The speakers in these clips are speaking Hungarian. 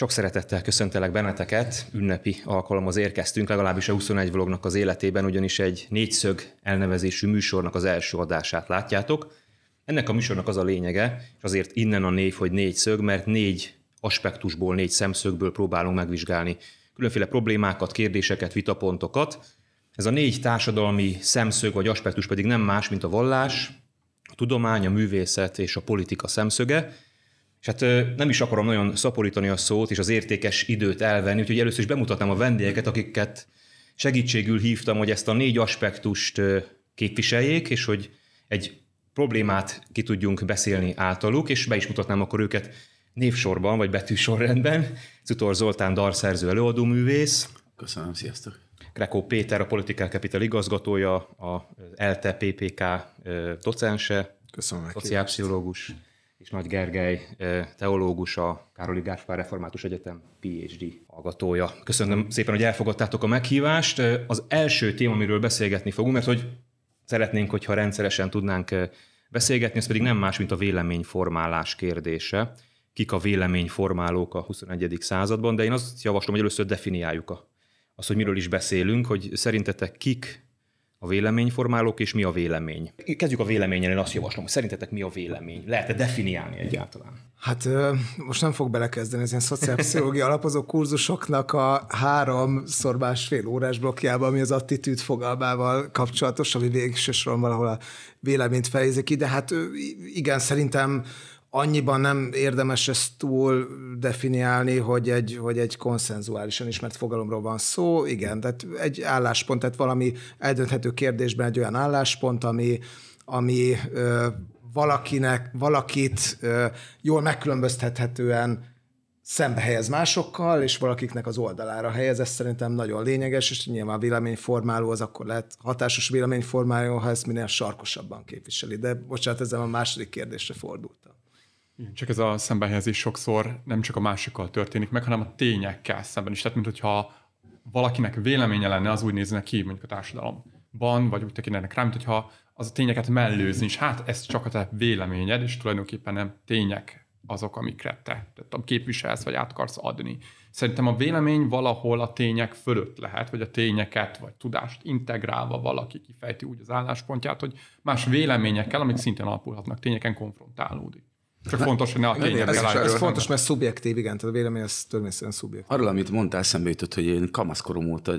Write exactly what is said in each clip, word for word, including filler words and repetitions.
Sok szeretettel köszöntelek benneteket, ünnepi alkalomhoz érkeztünk, legalábbis a huszonegy vlognak az életében, ugyanis egy négyszög elnevezésű műsornak az első adását látjátok. Ennek a műsornak az a lényege, és azért innen a név, hogy négyszög, mert négy aspektusból, négy szemszögből próbálunk megvizsgálni különféle problémákat, kérdéseket, vitapontokat. Ez a négy társadalmi szemszög vagy aspektus pedig nem más, mint a vallás, a tudomány, a művészet és a politika szemszöge. És hát nem is akarom nagyon szaporítani a szót és az értékes időt elvenni, úgyhogy először is bemutatnám a vendégeket, akiket segítségül hívtam, hogy ezt a négy aspektust képviseljék, és hogy egy problémát ki tudjunk beszélni általuk, és be is mutatnám akkor őket névsorban, vagy betűsorrendben. Zutor Zoltán dalszerző, előadóművész. Köszönöm, sziasztok. Krekó Péter, a Political Capital igazgatója, az ELTE pé pé ká docense, szociálpszichológus, és Nagy Gergely, teológus, a Károli Gáspár Református Egyetem pé há dé hallgatója. Köszönöm szépen, hogy elfogadtátok a meghívást. Az első téma, amiről beszélgetni fogunk, mert hogy szeretnénk, hogyha rendszeresen tudnánk beszélgetni, ez pedig nem más, mint a véleményformálás kérdése. Kik a véleményformálók a huszonegyedik században, de én azt javaslom, hogy először definiáljuk a, azt, hogy miről is beszélünk, hogy szerintetek kik a véleményformálók, és mi a vélemény? Kezdjük a véleményen, én azt javaslom, hogy szerintetek mi a vélemény? Lehet-e definiálni egyáltalán? Hát most nem fog belekezdeni az ilyen szociálpszichológia alapozó kurzusoknak a háromszor másfél órás blokkjában, ami az attitűd fogalmával kapcsolatos, ami végsősoron valahol a véleményt fejezik ki, de hát igen, szerintem annyiban nem érdemes ezt túl definiálni, hogy egy, hogy egy konszenzuálisan ismert fogalomról van szó. Igen, tehát egy álláspont, tehát valami eldönthető kérdésben egy olyan álláspont, ami, ami ö, valakinek, valakit ö, jól megkülönböztethetően szembe helyez másokkal, és valakiknek az oldalára helyez. Ez szerintem nagyon lényeges, és nyilván véleményformáló az akkor lehet hatásos véleményformáló, ha ezt minél sarkosabban képviseli. De bocsánat, ezzel a második kérdésre fordultam. Csak ez a szembehelyezés sokszor nem csak a másikkal történik meg, hanem a tényekkel szemben is. Tehát, mint hogyha valakinek véleménye lenne, az úgy nézne ki, mondjuk a társadalomban, vagy úgy tekintenek rá, mint hogyha az a tényeket mellőzni, és hát ez csak a te véleményed, és tulajdonképpen nem tények azok, amikre te képviselsz, vagy át akarsz adni. Szerintem a vélemény valahol a tények fölött lehet, vagy a tényeket, vagy tudást integrálva valaki kifejti úgy az álláspontját, hogy más véleményekkel, amik szintén alapulhatnak tényeken, konfrontálódik. Csak fontos, hogy ne a tényekkel Ez, álljon. ez fontos, mert szubjektív, igen, tehát a vélemény az természetesen szubjektív. Arról, amit mondtál, eszembe jutott, hogy én kamaszkorom óta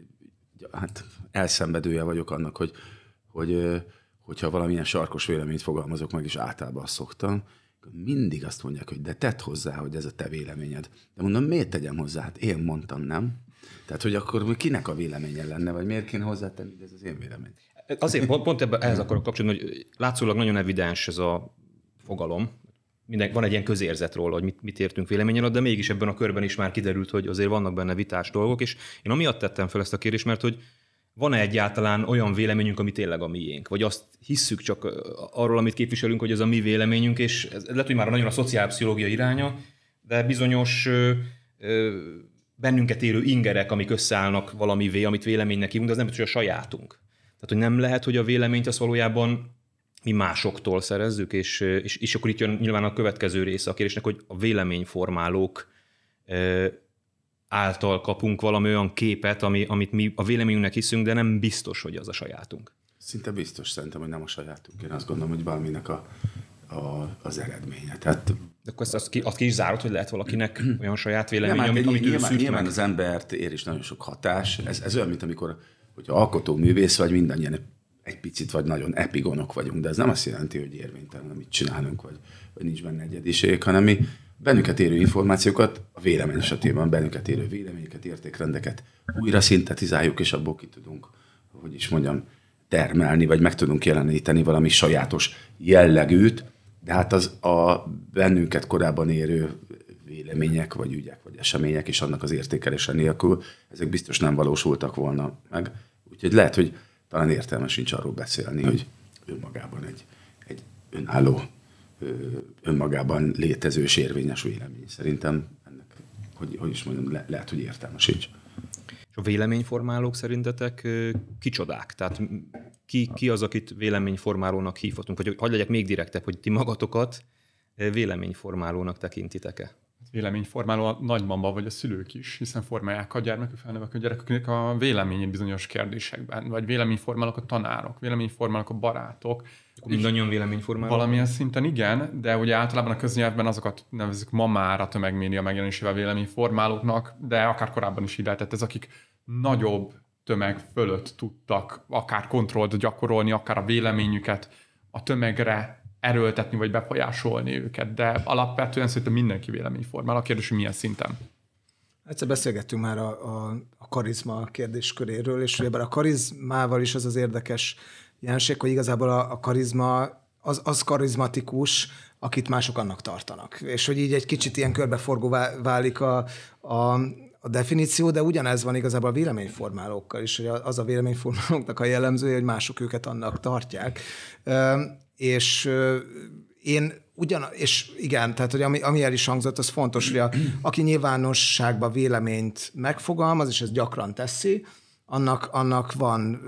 hát elszenvedője vagyok annak, hogy, hogy hogyha valamilyen sarkos véleményt fogalmazok meg, és általában azt szoktam, mindig azt mondják, hogy de tedd hozzá, hogy ez a te véleményed. De mondom, miért tegyem hozzá? Hát én mondtam, nem? Tehát, hogy akkor kinek a véleménye lenne, vagy miért kéne hozzátenni, de ez az én vélemény. Azért pont, pont ebben ehhez akarok kapcsolni, hogy látszólag nagyon evidens ez a fogalom. Minden, van egy ilyen közérzet róla, hogy mit, mit értünk véleményen alatt, de mégis ebben a körben is már kiderült, hogy azért vannak benne vitás dolgok, és én amiatt tettem fel ezt a kérdést, mert hogy van-e egyáltalán olyan véleményünk, ami tényleg a miénk, vagy azt hisszük csak arról, amit képviselünk, hogy ez a mi véleményünk, és ez lehet, hogy már nagyon a szociálpszichológia iránya, de bizonyos ö, ö, bennünket érő ingerek, amik összeállnak valamivé, amit véleménynek hívunk, de az nem biztos, hogy a sajátunk. Tehát, hogy nem lehet, hogy a véleményt az valójában mi másoktól szerezzük, és, és, és akkor itt jön nyilván a következő része a kérdésnek, hogy a véleményformálók által kapunk valami olyan képet, ami, amit mi a véleményünknek hiszünk, de nem biztos, hogy az a sajátunk. Szinte biztos szerintem, hogy nem a sajátunk. Én azt gondolom, hogy valaminek a, a, az eredménye. Tehát, de akkor azt ki, azt ki is zárod, hogy lehet valakinek olyan saját vélemény, nem, amit, hát, amit ő nyilván, szűrt nyilván meg? az embert ér is nagyon sok hatás. Ez, ez olyan, mint amikor hogyha alkotó művész vagy, mindannyian egy picit vagy nagyon epigonok vagyunk, de ez nem azt jelenti, hogy érvénytelen, amit csinálunk, vagy, vagy nincs benne egyediség, hanem mi bennünket érő információkat, a vélemény esetében bennünket érő véleményeket, értékrendeket újra szintetizáljuk, és abból ki tudunk, hogy is mondjam, termelni, vagy meg tudunk jeleníteni valami sajátos jellegűt, de hát az a bennünket korábban érő vélemények, vagy ügyek, vagy események, és annak az értékelése nélkül, ezek biztos nem valósultak volna meg. Úgyhogy lehet, hogy talán értelme sincs arról beszélni, hogy önmagában egy, egy önálló, önmagában létező és érvényes vélemény. Szerintem ennek, hogy, hogy is mondjam, le, lehet, hogy értelme sincs. És a véleményformálók szerintetek kicsodák? Tehát ki, ki az, akit véleményformálónak hívhatunk? Vagy hogy legyek még direktebb, hogy ti magatokat véleményformálónak tekintitek-e? Véleményformáló a nagymama vagy a szülők is, hiszen formálják a gyermekük, felnövekvő gyerekeknek a véleményét bizonyos kérdésekben, vagy véleményformálók a tanárok, véleményformálók a barátok. Mindannyian véleményformálók? Valamilyen szinten igen, de ugye általában a köznyelvben azokat nevezzük ma már a tömegmédia megjelenésével véleményformálóknak, de akár korábban is így lehetett ez, akik nagyobb tömeg fölött tudtak akár kontrollt gyakorolni, akár a véleményüket a tömegre erőltetni, vagy befolyásolni őket, de alapvetően szerintem mindenki véleményformál. A kérdés, hogy milyen szinten. Egyszer beszélgettünk már a, a, a karizma kérdésköréről, és ugye a karizmával is az az érdekes jelenség, hogy igazából a, a karizma az, az karizmatikus, akit mások annak tartanak. És hogy így egy kicsit ilyen körbeforgó válik a, a, a definíció, de ugyanez van igazából a véleményformálókkal is, hogy az a véleményformálóknak a jellemzője, hogy mások őket annak tartják. És én ugyan, és igen, tehát hogy ami, ami el is hangzott, az fontos, hogy a, aki nyilvánosságban véleményt megfogalmaz, és ezt gyakran teszi, annak, annak van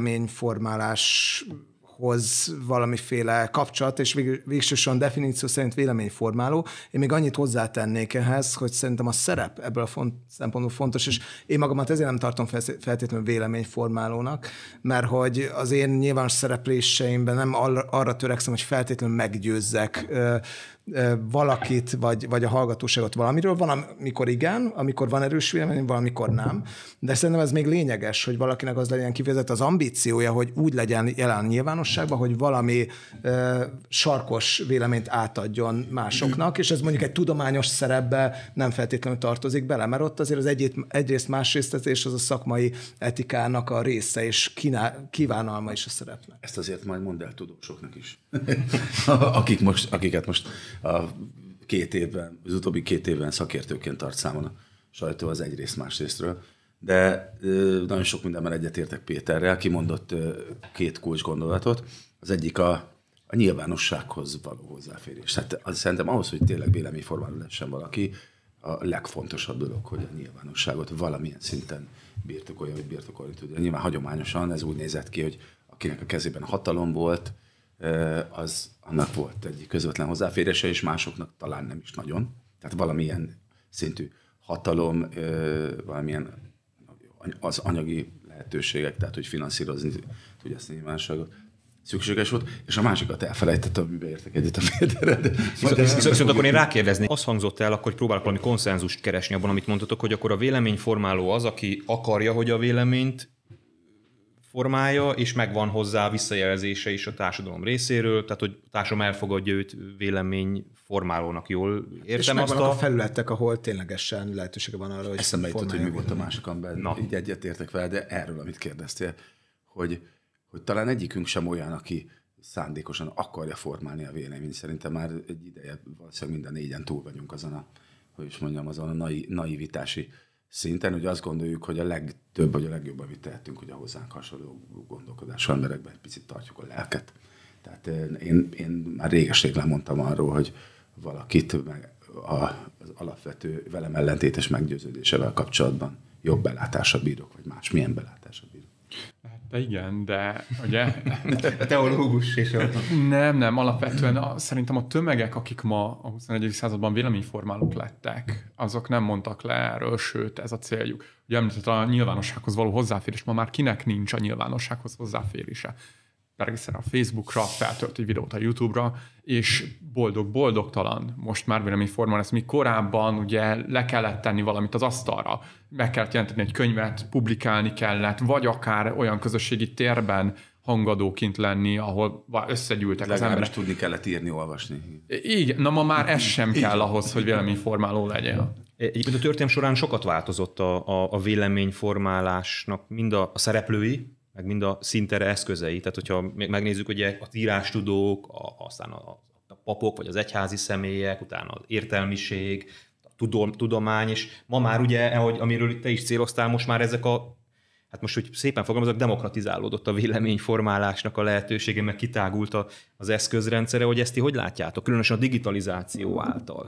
véleményformáláshoz valamiféle kapcsolat, és vég, végsősorban definíció szerint véleményformáló. Én még annyit hozzátennék ehhez, hogy szerintem a szerep ebből a font, szempontból fontos, és én magamat ezért nem tartom feltétlenül véleményformálónak, mert hogy az én nyilvános szerepléseimben nem arra törekszem, hogy feltétlenül meggyőzzek valakit, vagy, vagy a hallgatóságot valamiről. Van, amikor igen, amikor van erős vélemény, valamikor nem. De szerintem ez még lényeges, hogy valakinek az legyen kifejezett az ambíciója, hogy úgy legyen jelen nyilvánosságban, hogy valami uh, sarkos véleményt átadjon másoknak, és ez mondjuk egy tudományos szerepbe nem feltétlenül tartozik bele, mert ott azért az egyét, egyrészt másrésztetés az a szakmai etikának a része, és kínál, kívánalma is a szerepnek. Ezt azért majd mondd el tudósoknak is, Akik most, akiket most a két évben, az utóbbi két évben szakértőként tart számon a sajtó az egyrészt másrésztről, de nagyon sok mindenben egyetértek Péterrel, kimondott két kulcs gondolatot. Az egyik a, a nyilvánossághoz való hozzáférés. Tehát az, szerintem ahhoz, hogy tényleg véleményformáló lehessen valaki, a legfontosabb dolog, hogy a nyilvánosságot valamilyen szinten birtokolja, vagy birtokolni tudja. Nyilván hagyományosan ez úgy nézett ki, hogy akinek a kezében hatalom volt, az annak volt egy közvetlen hozzáférése, és másoknak talán nem is nagyon. Tehát valamilyen szintű hatalom, valamilyen az anyagi lehetőségek, tehát hogy finanszírozni tudja ezt a nyilvánosságot, szükséges volt, és a másikat elfelejtettem, amiben értek egyet a Péterrel. Viszont akkor én rákérdeznék, azt hangzott el, akkor hogy próbálok valami konszenzust keresni abban, amit mondtatok, hogy akkor a véleményformáló az, aki akarja, hogy a véleményt formálja, és megvan hozzá visszajelzése is a társadalom részéről, tehát hogy a társadalom elfogadja őt véleményformálónak, jól értem. És megvannak a... a felületek, ahol ténylegesen lehetősége van arra, hogy eszembe jutott, hogy mi volt a másik ember. Így egyetértek vele, de erről, amit kérdeztél, hogy, hogy talán egyikünk sem olyan, aki szándékosan akarja formálni a véleményt. Szerintem már egy ideje valószínűleg mind a négyen túl vagyunk azon a, hogy is mondjam, azon a nai, naivitási szinten, hogy azt gondoljuk, hogy a legtöbb, vagy a legjobb, amit tehetünk, hogy a hozzánk hasonló gondolkodású emberekben egy picit tartjuk a lelket. Tehát én, én már réges-rég lemondtam arról, hogy valakit meg az alapvető velem ellentétes meggyőződésevel kapcsolatban jobb belátással bírok, vagy másmilyen belátással bírok. De igen, de ugye... A teológus és a... Nem, nem, alapvetően a, szerintem a tömegek, akik ma a huszonegyedik században véleményformálók lettek, azok nem mondtak le erről, sőt, ez a céljuk. Ugye említett a nyilvánossághoz való hozzáférés, ma már kinek nincs a nyilvánossághoz hozzáférése. Regisztrál a Facebookra, feltölt egy videót a YouTube-ra, és boldog-boldogtalan most már véleményformál lesz, míg korábban ugye le kellett tenni valamit az asztalra, meg kellett jelenteni egy könyvet, publikálni kellett, vagy akár olyan közösségi térben hangadóként lenni, ahol összegyűltek az emberek. Tudni kellett írni, olvasni. Igen, na ma már ez sem kell ahhoz, hogy véleményformáló legyen. Egyébként a történelem során sokat változott a, a, a véleményformálásnak mind a, a szereplői, meg mind a szintere eszközei. Tehát, hogyha megnézzük, ugye a írástudók, a, aztán a, a papok, vagy az egyházi személyek, utána az értelmiség, a tudom, tudomány, és ma már ugye, ahogy, amiről te is céloztál, most már ezek a, hát most, hogy szépen fogalmazok, demokratizálódott a véleményformálásnak a lehetősége, meg kitágult a, az eszközrendszere, hogy ezt ti hogy látjátok, különösen a digitalizáció által.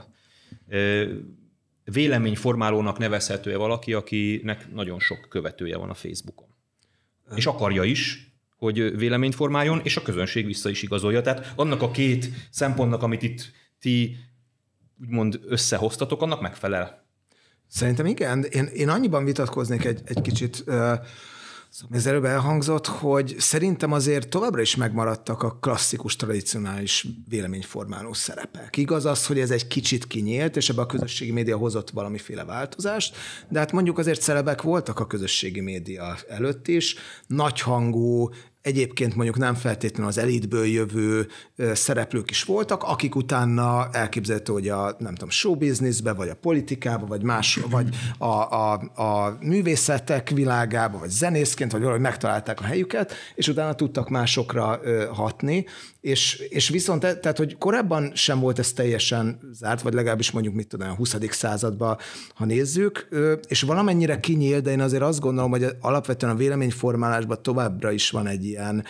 Véleményformálónak nevezhető-e valaki, akinek nagyon sok követője van a Facebookon? És akarja is, hogy véleményt formáljon, és a közönség vissza is igazolja. Tehát annak a két szempontnak, amit itt ti úgymond összehoztatok, annak megfelel? Szerintem igen. Én, én annyiban vitatkoznék egy, egy kicsit, uh, ez előbb elhangzott, hogy szerintem azért továbbra is megmaradtak a klasszikus, tradicionális véleményformáló szerepek. Igaz az, hogy ez egy kicsit kinyílt, és ebbe a közösségi média hozott valamiféle változást, de hát mondjuk azért celebek voltak a közösségi média előtt is, nagyhangú, egyébként mondjuk nem feltétlenül az elitből jövő szereplők is voltak, akik utána elképzelhető, hogy a nem tudom, showbizniszbe, vagy a politikába, vagy más, vagy a, a, a művészetek világába, vagy zenészként, vagy valahogy megtalálták a helyüket, és utána tudtak másokra hatni, és, és viszont, tehát, hogy korábban sem volt ez teljesen zárt, vagy legalábbis mondjuk, mit tudom, a huszadik században, ha nézzük, és valamennyire kinyílt, de én azért azt gondolom, hogy alapvetően a véleményformálásban továbbra is van egy ilyen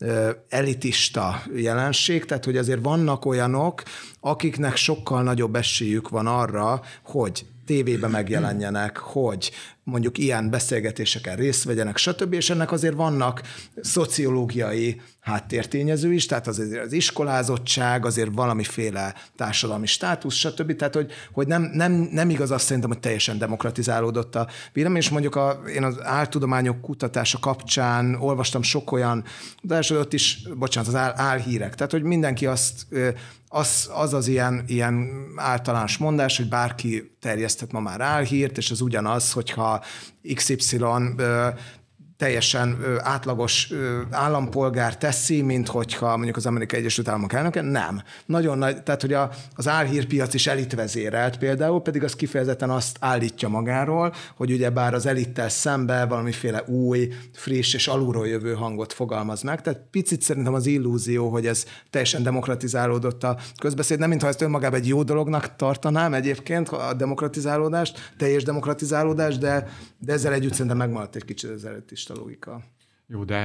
elitista jelenség, tehát hogy azért vannak olyanok, akiknek sokkal nagyobb esélyük van arra, hogy tévében megjelenjenek, hogy mondjuk ilyen beszélgetéseken részt vegyenek, stb. És ennek azért vannak szociológiai háttértényező is, tehát azért az iskolázottság, azért valamiféle társadalmi státusz, stb. Tehát, hogy, hogy nem, nem, nem igaz azt szerintem, hogy teljesen demokratizálódott a vélemény, és mondjuk a, én az áltudományok kutatása kapcsán olvastam sok olyan, de ott is, bocsánat, az áll, álhírek, tehát, hogy mindenki azt Az, az az ilyen, ilyen általános mondás, hogy bárki terjesztett ma már álhírt, és az ugyanaz, hogyha iksz ipszilon ö, teljesen ö, átlagos ö, állampolgár teszi, mint hogyha mondjuk az Amerikai Egyesült Államok elnöke. Nem. Nagyon nagy, tehát hogy a, az álhírpiac is elitvezérelt például, pedig az kifejezetten azt állítja magáról, hogy ugyebár az elittel szembe valamiféle új, friss és alulról jövő hangot fogalmaz meg. Tehát picit szerintem az illúzió, hogy ez teljesen demokratizálódott a közbeszéd, nem mintha ezt önmagában egy jó dolognak tartanám egyébként a demokratizálódást, teljes demokratizálódást, de, de ezzel együtt szerintem megmaradt egy kicsit az elitista logika. Jó, de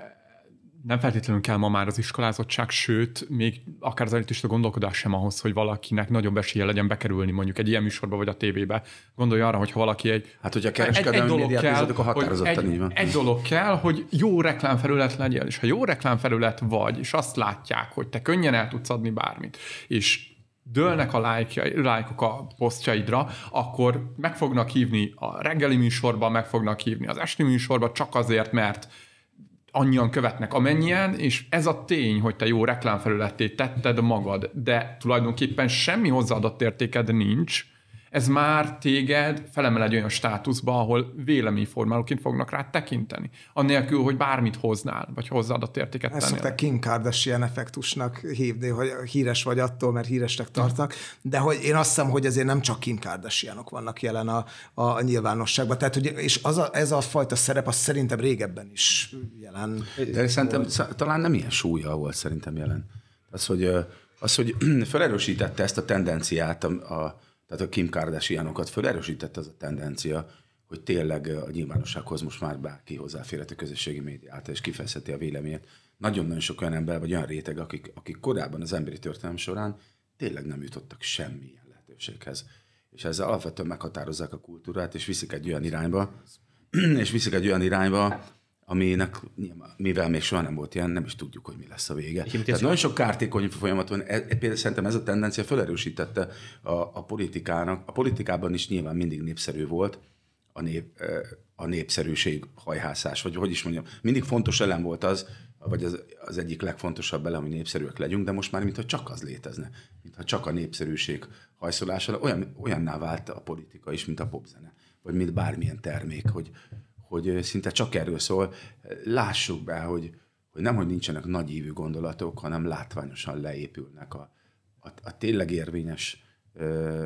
nem feltétlenül kell ma már az iskolázottság, sőt, még akár az elitista gondolkodás sem ahhoz, hogy valakinek nagyobb esélye legyen bekerülni mondjuk egy ilyen műsorba vagy a tévébe. Gondolj arra, hogy ha valaki egy... Hát, hogyha kereskedelmi médiát nézed, akkor határozottan egy, így van. Egy dolog kell, hogy jó reklámfelület legyél, és ha jó reklámfelület vagy, és azt látják, hogy te könnyen el tudsz adni bármit, és dőlnek a lájkok a posztjaidra, akkor meg fognak hívni a reggeli műsorba, meg fognak hívni az esti műsorba, csak azért, mert annyian követnek amennyien, és ez a tény, hogy te jó reklámfelületté tetted magad, de tulajdonképpen semmi hozzáadott értéked nincs, ez már téged felemel egy olyan státuszba, ahol véleményformálóként fognak rád tekinteni. Annélkül, hogy bármit hoznál, vagy hozzáadott értéket tennél. Ezt szokták Kim Kardashian effektusnak hívni, hogy híres vagy attól, mert híresnek tartnak, de hogy én azt hiszem, hogy azért nem csak Kim Kardashianok vannak jelen a, a, a nyilvánosságban. Tehát, hogy, és az a, ez a fajta szerep, az szerintem régebben is jelen. De szerintem talán nem ilyen súlya volt szerintem jelen. Az, hogy, az, hogy felerősítette ezt a tendenciát, a, a tehát a Kim Kardashianokat felerősítette az a tendencia, hogy tényleg a nyilvánossághoz most már bárki hozzáférhet a közösségi médiát, és kifejezheti a véleményét. Nagyon-nagyon sok olyan ember, vagy olyan réteg, akik, akik korábban az emberi történelem során tényleg nem jutottak semmilyen lehetőséghez. És ezzel alapvetően meghatározzák a kultúrát, és viszik egy olyan irányba, és viszik egy olyan irányba, aminek, mivel még soha nem volt ilyen, nem is tudjuk, hogy mi lesz a vége. Tehát nagyon sok kártékony folyamat van. E, például szerintem ez a tendencia felerősítette a, a politikának. A politikában is nyilván mindig népszerű volt a, nép, a népszerűség hajhászás, vagy hogy is mondjam. Mindig fontos elem volt az, vagy az, az egyik legfontosabb elem, hogy népszerűek legyünk, de most már mintha csak az létezne. Mintha csak a népszerűség hajszolása. Olyan, olyanná vált a politika is, mint a popzene, vagy mint bármilyen termék, hogy hogy szinte csak erről szól. Lássuk be, hogy, hogy nem, hogy nincsenek nagyívű gondolatok, hanem látványosan leépülnek a, a, a tényleg érvényes ö,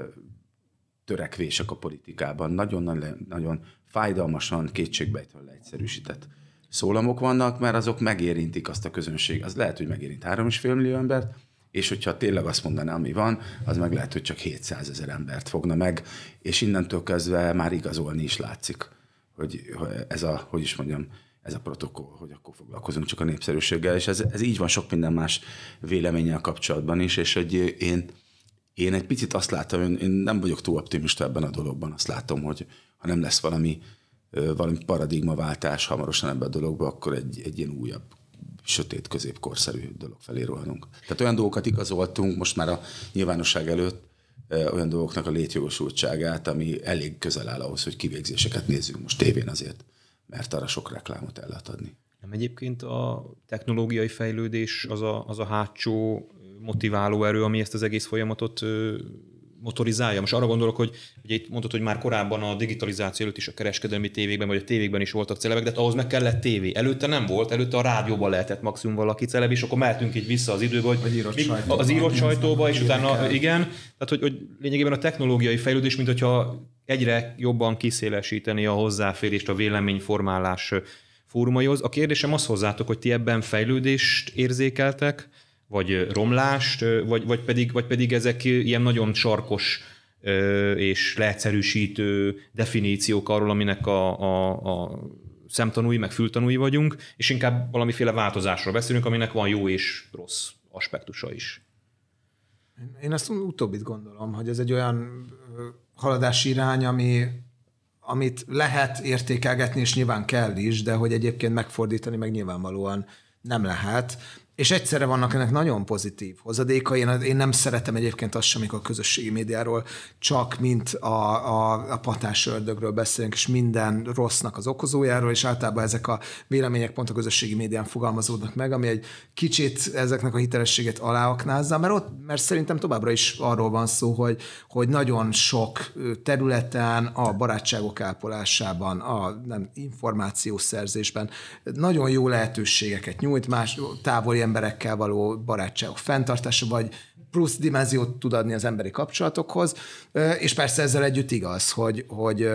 törekvések a politikában. Nagyon-nagyon fájdalmasan, kétségbejtően leegyszerűsített szólamok vannak, mert azok megérintik azt a közönség. Az lehet, hogy megérint három és fél millió embert, és hogyha tényleg azt mondaná, ami van, az meg lehet, hogy csak hétszázezer embert fogna meg, és innentől kezdve már igazolni is látszik, hogy ez a, hogy is mondjam, ez a protokoll, hogy akkor foglalkozunk csak a népszerűséggel, és ez, ez így van sok minden más véleménnyel kapcsolatban is, és hogy én, én egy picit azt látom, én, én nem vagyok túl optimista ebben a dologban, azt látom, hogy ha nem lesz valami, valami paradigmaváltás hamarosan ebben a dologban, akkor egy, egy ilyen újabb, sötét középkorszerű dolog felé rohanunk. Tehát olyan dolgokat igazoltunk most már a nyilvánosság előtt, olyan dolgoknak a létjogosultságát, ami elég közel áll ahhoz, hogy kivégzéseket nézzünk most tévén azért, mert arra sok reklámot el lehet adni. Nem egyébként a technológiai fejlődés az a, az a hátsó motiváló erő, ami ezt az egész folyamatot motorizálja. Most arra gondolok, hogy ugye itt mondtad, hogy már korábban a digitalizáció előtt is a kereskedelmi tévékben, vagy a tévékben is voltak celebek, de ahhoz meg kellett tévé. Előtte nem volt, előtte a rádióban lehetett maximum valaki celeb, és akkor mehetünk így vissza az időbe, hogy írott sajtóba, az írott sajtóba, és utána kell. Igen. Tehát, hogy, hogy lényegében a technológiai fejlődés, mint hogyha egyre jobban kiszélesíteni a hozzáférést a véleményformálás fórumaihoz. A kérdésem az hozzátok, hogy ti ebben fejlődést érzékeltek, vagy romlást, vagy, vagy, pedig, vagy pedig ezek ilyen nagyon sarkos és leegyszerűsítő definíciók arról, aminek a, a, a szemtanúi, meg fültanúi vagyunk, és inkább valamiféle változásról beszélünk, aminek van jó és rossz aspektusa is. Én azt utóbbit gondolom, hogy ez egy olyan haladási irány, ami, amit lehet értékelgetni, és nyilván kell is, de hogy egyébként megfordítani meg nyilvánvalóan nem lehet. És egyszerre vannak ennek nagyon pozitív hozadékai. Én, én nem szeretem egyébként azt sem, amikor a közösségi médiáról csak mint a, a, a patás ördögről beszélünk, és minden rossznak az okozójáról, és általában ezek a vélemények pont a közösségi médián fogalmazódnak meg, ami egy kicsit ezeknek a hitelességét aláaknázza, mert, ott, mert szerintem továbbra is arról van szó, hogy, hogy nagyon sok területen, a barátságok ápolásában, a nem, információszerzésben nagyon jó lehetőségeket nyújt, más távoli emberekkel való barátságok fenntartása, vagy plusz dimenziót tud adni az emberi kapcsolatokhoz, és persze ezzel együtt igaz, hogy, hogy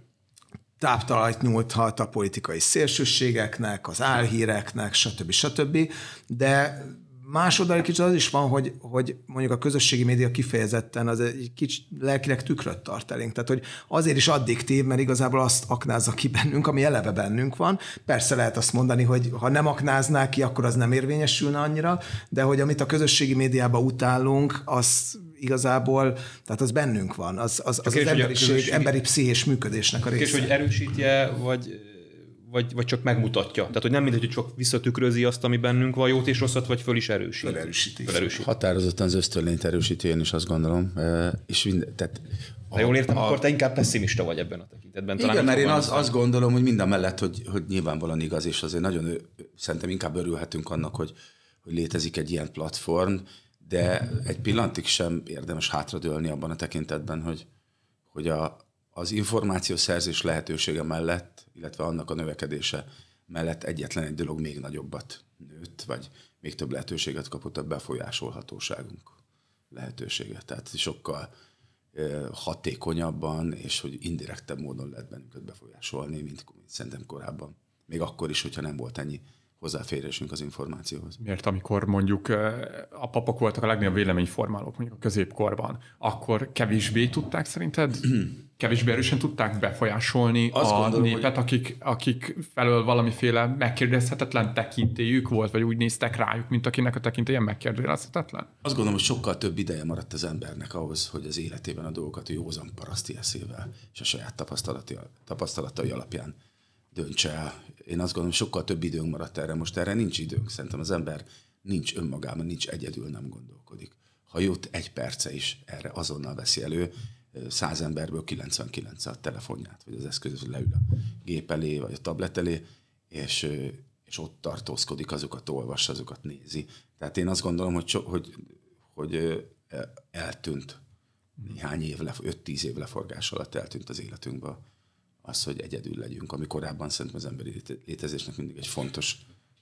táptalajt nyújthat a politikai szélsőségeknek, az álhíreknek, stb. stb. De másoddal kicsit az is van, hogy, hogy mondjuk a közösségi média kifejezetten az egy kicsit lelkileg tükröt tart elénk. Tehát, hogy azért is addiktív, mert igazából azt aknázza ki bennünk, ami eleve bennünk van. Persze lehet azt mondani, hogy ha nem aknáznák ki, akkor az nem érvényesülne annyira, de hogy amit a közösségi médiában utálunk, az igazából, tehát az bennünk van. Az az, az, az emberiség, közösségi... emberi pszichés működésnek a része. És hogy erősíti-e, vagy... Vagy, vagy csak megmutatja. Tehát, hogy nem mindegy, hogy csak visszatükrözi azt, ami bennünk van, jót és rosszat, vagy föl is erősíti. Felerősíti. Felerősíti. Határozottan az ösztönlényt erősíti, én is azt gondolom. És mind, tehát ha jól értem, a, akkor te inkább pessimista vagy ebben a tekintetben. Talán igen, mert én az, azt gondolom, hogy mind a mellett, hogy, hogy nyilvánvalóan igaz, és azért nagyon szerintem inkább örülhetünk annak, hogy, hogy létezik egy ilyen platform, de egy pillantig sem érdemes hátradőlni abban a tekintetben, hogy, hogy a az információszerzés lehetősége mellett, illetve annak a növekedése mellett egyetlen egy dolog még nagyobbat nőtt, vagy még több lehetőséget kapott, a befolyásolhatóságunk lehetősége. Tehát sokkal hatékonyabban, és hogy indirektebb módon lehet bennünket befolyásolni, mint szerintem korábban. Még akkor is, hogyha nem volt ennyi hozzáférésünk az információhoz. Miért, amikor mondjuk a papok voltak a legnagyobb véleményformálók mondjuk a középkorban, akkor kevésbé tudták szerinted, kevésbé erősen tudták befolyásolni azt a gondolom, népet, hogy... akik, akik felől valamiféle megkérdezhetetlen tekintélyük volt, vagy úgy néztek rájuk, mint akinek a tekintélye megkérdezhetetlen? Azt gondolom, hogy sokkal több ideje maradt az embernek ahhoz, hogy az életében a dolgokat a józan paraszti eszével és a saját tapasztalati, tapasztalatai alapján döntse el. Én azt gondolom, sokkal több időnk maradt erre. Most erre nincs időnk. Szerintem az ember nincs önmagában, nincs egyedül, nem gondolkodik. Ha jut egy perce is, erre azonnal veszi elő, száz emberből kilencvenkilenc a telefonját, vagy az eszköz, leül a gép elé, vagy a tablet elé, és, és ott tartózkodik, azokat olvassa, azokat nézi. Tehát én azt gondolom, hogy, so, hogy, hogy eltűnt néhány év, öt-tíz év leforgás alatt eltűnt az életünkből az, hogy egyedül legyünk, ami korábban szerintem az emberi létezésnek mindig egy fontos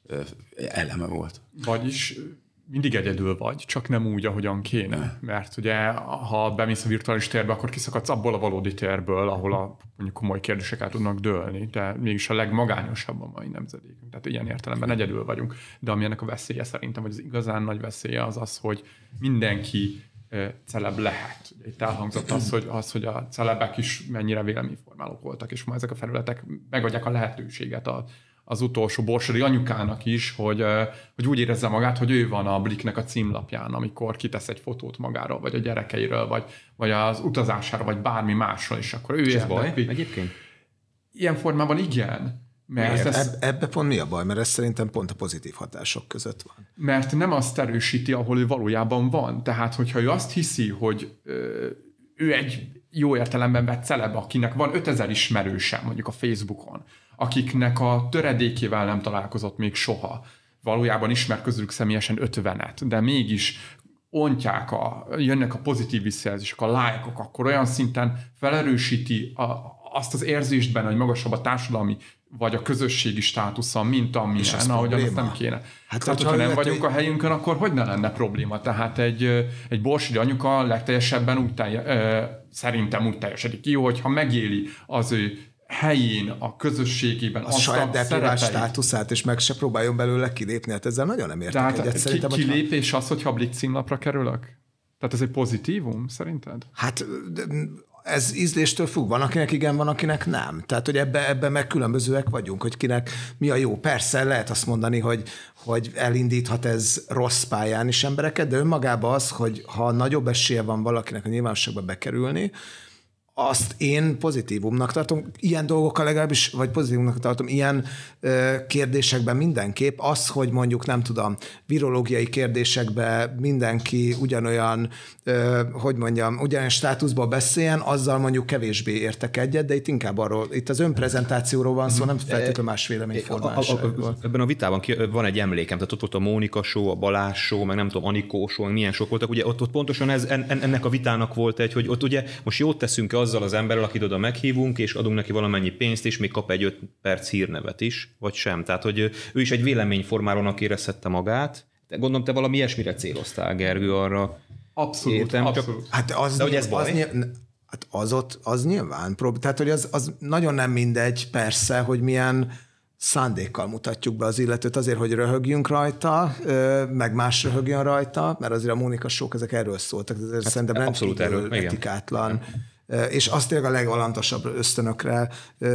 eleme volt. Vagyis mindig egyedül vagy, csak nem úgy, ahogyan kéne. Ne. Mert ugye, ha bemész a virtuális térbe, akkor kiszakadsz abból a valódi térből, ahol a mondjuk komoly kérdések el tudnak dőlni, de mégis a legmagányosabb a mai nemzedékünk. Tehát ilyen értelemben egyedül vagyunk. De ami ennek a veszélye szerintem, vagy az igazán nagy veszélye az az, hogy mindenki celeb lehet. Ugye itt elhangzott az, hogy, az, hogy a celebek is mennyire véleményformálók voltak, és ma ezek a felületek megadják a lehetőséget a, az utolsó borsodi anyukának is, hogy, hogy úgy érezze magát, hogy ő van a Blicknek a címlapján, amikor kitesz egy fotót magáról, vagy a gyerekeiről, vagy, vagy az utazására, vagy bármi másról, és akkor ő és ez baj egyébként? Ilyen formában igen, Mert ez, Eb- ebbe pont mi a baj? Mert ez szerintem pont a pozitív hatások között van. Mert nem azt erősíti, ahol ő valójában van. Tehát, hogyha ő azt hiszi, hogy ö, ő egy jó értelemben vett celeb, akinek van ötezer ismerőse mondjuk a Facebookon, akiknek a töredékével nem találkozott még soha, valójában ismer közülük személyesen ötvenet, de mégis ontják, a, jönnek a pozitív visszajelzések, a lájkok, akkor olyan szinten felerősíti a, azt az érzést benne, hogy magasabb a társadalmi vagy a közösségi státusza, mint amilyen, ahogyan azt nem kéne. Hát, hát hogyha nem illető... vagyunk a helyünkön, akkor hogy ne lenne probléma? Tehát egy, egy borsodi anyuka legteljesebben úgy telje, szerintem úgy teljesedik ki, hogyha megéli az ő helyén, a közösségében, a saját deprivás státuszát, és meg se próbáljon belőle kilépni. Hát ezzel nagyon nem értek Tehát egyet. Szerintem, ki, kilépés hogyha... az, hogyha a Blitz címlapra kerülök? Tehát ez egy pozitívum, szerinted? Hát ez ízléstől függ. Van, akinek igen, van, akinek nem. Tehát, hogy ebben ebbe meg különbözőek vagyunk, hogy kinek mi a jó. Persze lehet azt mondani, hogy, hogy elindíthat ez rossz pályán is embereket, de önmagában az, hogy ha nagyobb esélye van valakinek a nyilvánosságba bekerülni, azt én pozitívumnak tartom, ilyen dolgokkal legalábbis, vagy pozitívumnak tartom, ilyen ö, kérdésekben mindenképp az, hogy mondjuk nem tudom, virológiai kérdésekben mindenki ugyanolyan, ö, hogy mondjam, ugyanolyan státuszban beszéljen, azzal mondjuk kevésbé értek egyet, de itt inkább arról, itt az önprezentációról van szó, nem feltétlenül más véleményformálásról. Ebben a vitában van egy emlékem, tehát ott volt a Mónika show, a Balázs show, meg nem tudom, Anikó show, milyen sok voltak, ugye ott, ott pontosan ez, ennek a vitának volt egy, hogy ott ugye most jót teszünk azzal az emberrel, akit oda meghívunk, és adunk neki valamennyi pénzt, és még kap egy öt perc hírnevet is, vagy sem. Tehát, hogy ő is egy véleményformálónak érezhette magát. De gondolom, te valami ilyesmire céloztál, Gergő, arra. Abszolút, értem, abszolút. Csak... Hát az, de hogy ez baj? Az, hát az ott, az nyilván. Tehát, hogy az, az nagyon nem mindegy, persze, hogy milyen szándékkal mutatjuk be az illetőt azért, hogy röhögjünk rajta, meg más röhögjön rajta, mert azért a Mónika show ezek erről szóltak, ez hát szerintem rendkívül etikátlan. És azt tényleg a legalantasabb ösztönökre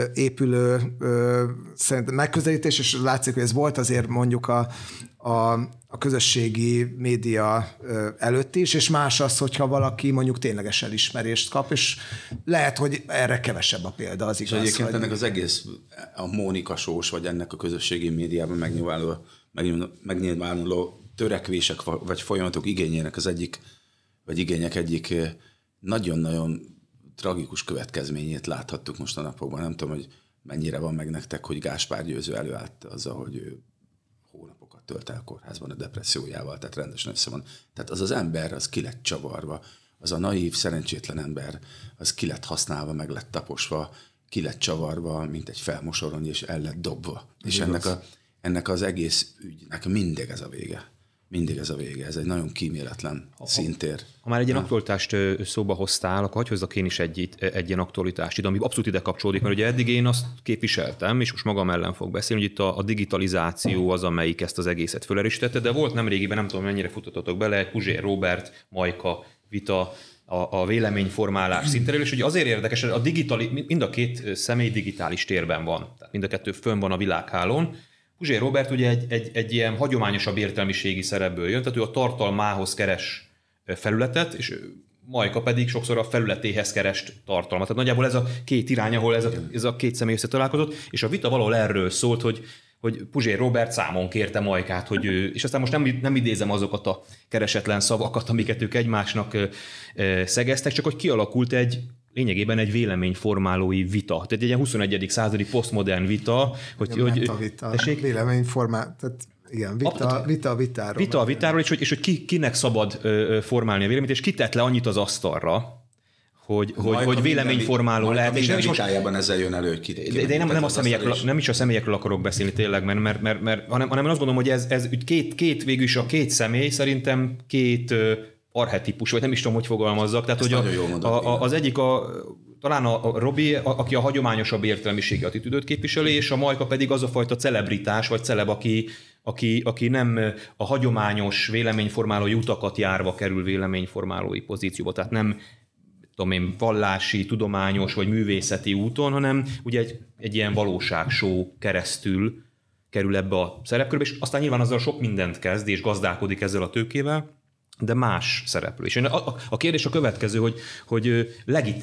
épülő szerintem megközelítés, és látszik, hogy ez volt azért mondjuk a, a, a közösségi média előtt is, és más az, hogyha valaki mondjuk tényleges elismerést kap, és lehet, hogy erre kevesebb a példa, az igaz. És egyébként hogy... ennek az egész a Mónika show-s, vagy ennek a közösségi médiában megnyilvánuló, megnyilvánuló törekvések, vagy folyamatok igényének az egyik, vagy igények egyik nagyon-nagyon tragikus következményét láthattuk most a napokban. Nem tudom, hogy mennyire van meg nektek, hogy Gáspár Győző előállt azzal, hogy ő hónapokat tölt el kórházban a depressziójával, tehát rendesen össze van. Tehát az az ember, az ki lett csavarva, az a naív, szerencsétlen ember, az ki lett használva, meg lett taposva, ki lett csavarva, mint egy felmosorony, és el lett dobva. Ez és ennek, a, ennek az egész ügynek mindig ez a vége. Mindig ez a vége, ez egy nagyon kíméletlen szintér. Ha már egy ilyen aktualitást szóba hoztál, akkor hagyj hozzak én is egy, egy ilyen aktualitást ide, ami abszolút ide kapcsolódik, mert ugye eddig én azt képviseltem, és most magam ellen fog beszélni, hogy itt a, a digitalizáció az, amelyik ezt az egészet felerősítette, de volt nemrégiben, nem tudom, mennyire futottatok bele, egy Puzsér Róbert, Majka vita a, a véleményformálás szintéről, és ugye azért érdekes, hogy a digitali, mind a két személy digitális térben van, tehát mind a kettő fönn van a világhálón. Puzsér Róbert ugye egy, egy, egy ilyen hagyományosabb értelmiségi szerepből jön, tehát ő a tartalmához keres felületet, és Majka pedig sokszor a felületéhez kerest tartalmat. Tehát nagyjából ez a két irány, ahol ez a, ez a két személy összetalálkozott, és a vita valahol erről szólt, hogy, hogy Puzsér Róbert számon kérte Majkát, hogy ő, és aztán most nem, nem idézem azokat a keresetlen szavakat, amiket ők egymásnak szegeztek, csak hogy kialakult egy lényegében egy véleményformálói vita. Tehát egy ilyen huszonegyedik századi posztmodern vita, hogy... Igen, hogy vita. Véleményformál, tehát igen, vita, vita a vitáról. Vita a vitáról, és hogy, és hogy ki, kinek szabad ö, formálni a véleményt, és ki tett le annyit az asztalra, hogy, hogy, hogy véleményformáló lehet. És nem vitájában ezzel jön elő, hogy ki, ki de, de én nem, nem, a személyekről, nem is a személyekről akarok beszélni tényleg, mert, mert, mert, mert hanem, hanem azt gondolom, hogy ez, ez két, két végül is a két személy szerintem két archetípus, vagy nem is tudom, hogy fogalmazzak. Tehát, hogy a, mondod, a, a, az egyik a, talán a, a Robi, a, aki a hagyományosabb értelmiségi attitűdöt képviseli, és a Majka pedig az a fajta celebritás, vagy celeb, aki, aki, aki nem a hagyományos véleményformálói utakat járva kerül véleményformálói pozícióba. Tehát nem tudom én, vallási, tudományos vagy művészeti úton, hanem ugye egy, egy ilyen valóságshow keresztül kerül ebbe a szerepkörbe, és aztán nyilván azzal sok mindent kezd, és gazdálkodik ezzel a tőkével, de más szereplő. És a, a, a kérdés a következő, hogy, hogy legit,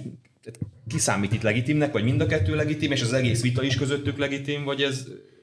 ki számít itt legitimnek, vagy mind a kettő legitim, és az egész vita is közöttük legitim, vagy ez...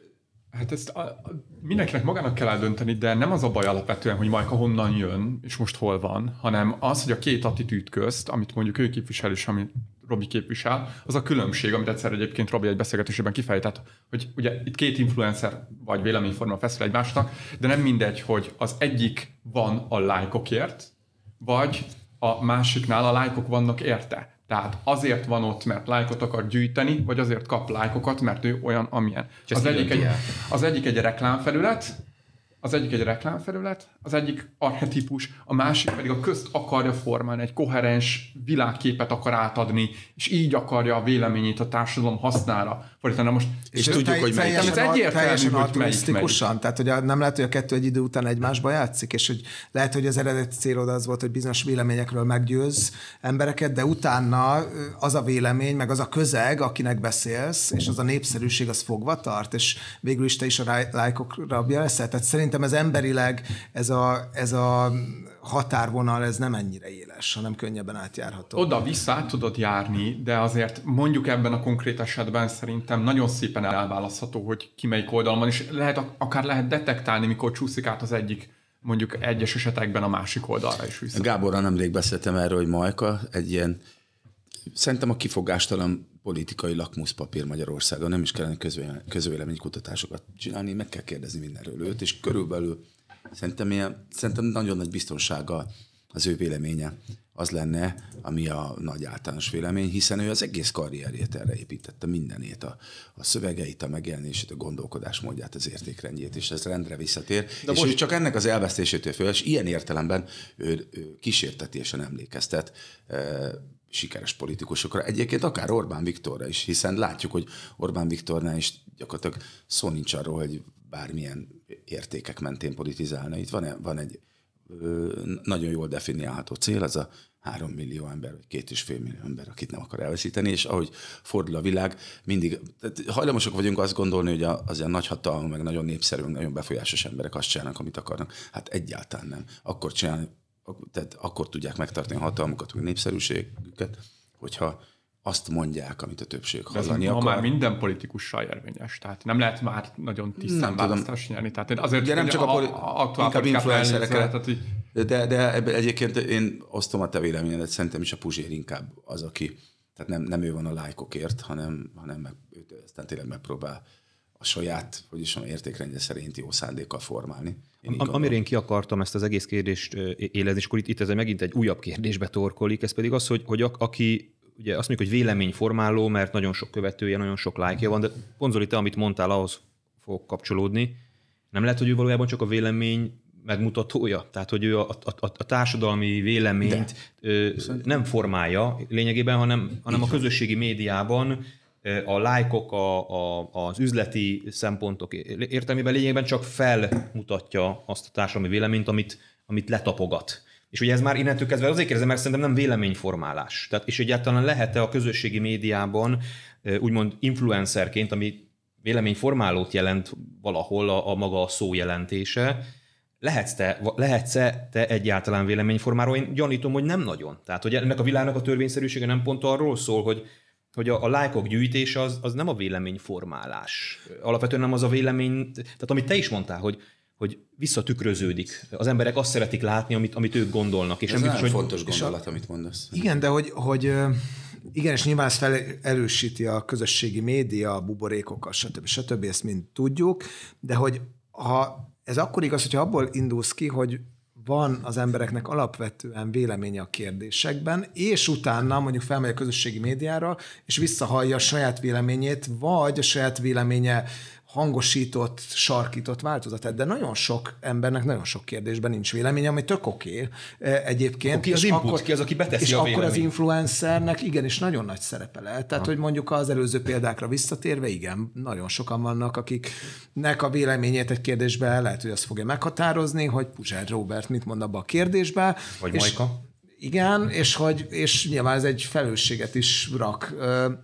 Hát ezt a, a, mindenkinek magának kell eldönteni, de nem az a baj alapvetően, hogy Majka honnan jön, és most hol van, hanem az, hogy a két attitűd közt, amit mondjuk ő képvisel, és amit Robi képvisel, az a különbség, amit egyszer egyébként Robi egy beszélgetésében kifejtett, hogy ugye itt két influencer vagy véleményforma feszül egymásnak, de nem mindegy, hogy az egyik van a lájkokért, vagy a másiknál a lájkok vannak érte. Tehát azért van ott, mert lájkot akar gyűjteni, vagy azért kap lájkokat, mert ő olyan, amilyen. Az egyik, egy, az egyik egy reklámfelület, az egyik egy reklámfelület, az egyik archetípus, a másik pedig a közt akarja formálni, egy koherens világképet akar átadni, és így akarja a véleményét a társadalom hasznára fordítani. Most, és, és tudjuk, hogy melyik. Ez egyértelmű, hogy melyik megy. Tehát, hogy nem lehet, hogy a kettő egy idő után egymásba játszik, és hogy lehet, hogy az eredeti célod az volt, hogy bizonyos véleményekről meggyőz embereket, de utána az a vélemény, meg az a közeg, akinek beszélsz, és az a népszerűség, az fogva tart, és végül is te is a lájkok rabja leszel. Tehát szerintem ez emberileg, ez a, ez a határvonal, ez nem ennyire éles, hanem könnyebben átjárható. Oda-vissza át tudod járni, de azért mondjuk ebben a konkrét esetben szerintem nagyon szépen elválasztható, hogy ki melyik oldalon van, és lehet, akár lehet detektálni, mikor csúszik át az egyik, mondjuk egyes esetekben a másik oldalra is vissza. Gáborral nemrég beszéltem erről, hogy Majka egy ilyen, szerintem a kifogástalan politikai lakmuszpapír Magyarországon, nem is kellene közvéleménykutatásokat csinálni, meg kell kérdezni mindenről őt, és körülbelül szerintem, ilyen, szerintem nagyon nagy biztonsága az ő véleménye az lenne, ami a nagy általános vélemény, hiszen ő az egész karrierjét erre építette, mindenét, a, a szövegeit, a megjelenését, a gondolkodásmódját, az értékrendjét, és ez rendre visszatér. De és most... ő csak ennek az elvesztésétől föl, és ilyen értelemben ő, ő kísértetésen emlékeztet e, sikeres politikusokra. Egyébként akár Orbán Viktorra is, hiszen látjuk, hogy Orbán Viktornál is gyakorlatilag szó nincs arról, hogy bármilyen értékek mentén politizálna. Itt van, van egy ö, nagyon jól definiálható cél, az a három millió ember, vagy két és fél millió ember, akit nem akar elveszíteni, és ahogy fordul a világ, mindig hajlamosak vagyunk azt gondolni, hogy az ilyen nagyhatalmú, meg nagyon népszerű, nagyon befolyásos emberek azt csinálnak, amit akarnak. Hát egyáltalán nem. Akkor csinálni, tehát akkor tudják megtartani a hatalmukat, meg népszerűségüket, hogyha azt mondják, amit a többség hallani akar. Ma már minden politikussal érvényes, tehát nem lehet már nagyon tisztán választást nyerni. Tehát azért ugye nem csak a, poli- a inkább influencereket, hogy... de, de egyébként én osztom a te véleményedet, szerintem is a Puzsér inkább az, aki, tehát nem, nem ő van a lájkokért, hanem, hanem meg, ő aztán tényleg megpróbál a saját, hogy is van, értékrendje szerint jó szándékkal formálni. Én Am, amire én ki akartam ezt az egész kérdést élezni, és akkor itt, itt ez megint egy újabb kérdésbe torkolik, ez pedig az, hogy, hogy a, aki ugye azt mondjuk, hogy véleményformáló, mert nagyon sok követője, nagyon sok lájkja van, de pont Zoli, te, amit mondtál, ahhoz fog kapcsolódni. Nem lehet, hogy ő valójában csak a vélemény megmutatója? Tehát, hogy ő a, a, a társadalmi véleményt ö, nem formálja lényegében, hanem, hanem a közösségi médiában a lájkok, a, a, az üzleti szempontok értelmében lényegében csak felmutatja azt a társadalmi véleményt, amit, amit letapogat. És ugye ez már innentől kezdve azért kérdezem, mert szerintem nem véleményformálás. Tehát, és egyáltalán lehet-e a közösségi médiában úgymond influencerként, ami véleményformálót jelent valahol a, a maga a szó jelentése, lehetsz te, lehetsz-e te egyáltalán véleményformáló? Én gyanítom, hogy nem nagyon. Tehát, hogy ennek a világnak a törvényszerűsége nem pont arról szól, hogy hogy a, a lájkok gyűjtése az, az nem a véleményformálás. Alapvetően nem az a vélemény, tehát amit te is mondtál, hogy, hogy visszatükröződik. Az emberek azt szeretik látni, amit, amit ők gondolnak. És ez nem nagyon biztos, fontos gondolat, amit mondasz. Igen, de hogy, hogy igen, és nyilván ezt felerősíti a közösségi média, a buborékokat, stb. stb. Ezt mind tudjuk, de hogy ha ez akkor igaz, hogyha abból indulsz ki, hogy van az embereknek alapvetően véleménye a kérdésekben, és utána mondjuk felmegy a közösségi médiára, és visszahallja a saját véleményét, vagy a saját véleménye hangosított, sarkított változatát, de nagyon sok embernek nagyon sok kérdésben nincs véleménye, ami tök oké egyébként. Ki az input, akkor, ki az, aki beteszi és a véleményt. vélemény. Akkor az influencernek igenis nagyon nagy szerepe lehet. Tehát, ha. hogy mondjuk az előző példákra visszatérve, igen, nagyon sokan vannak, akiknek a véleményét egy kérdésben lehet, hogy azt fogja meghatározni, hogy Puzsér Róbert mit mond abba a kérdésbe. Vagy Majka. Igen, és, hogy, és nyilván ez egy felelősséget is rak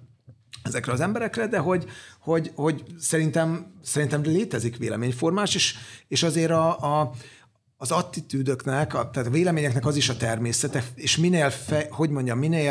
ezekre az emberekre, de hogy, hogy, hogy szerintem, szerintem létezik véleményformás, és, és azért a, a, az attitűdöknek, a, tehát a véleményeknek az is a természete, és minél, fe, hogy mondjam, minél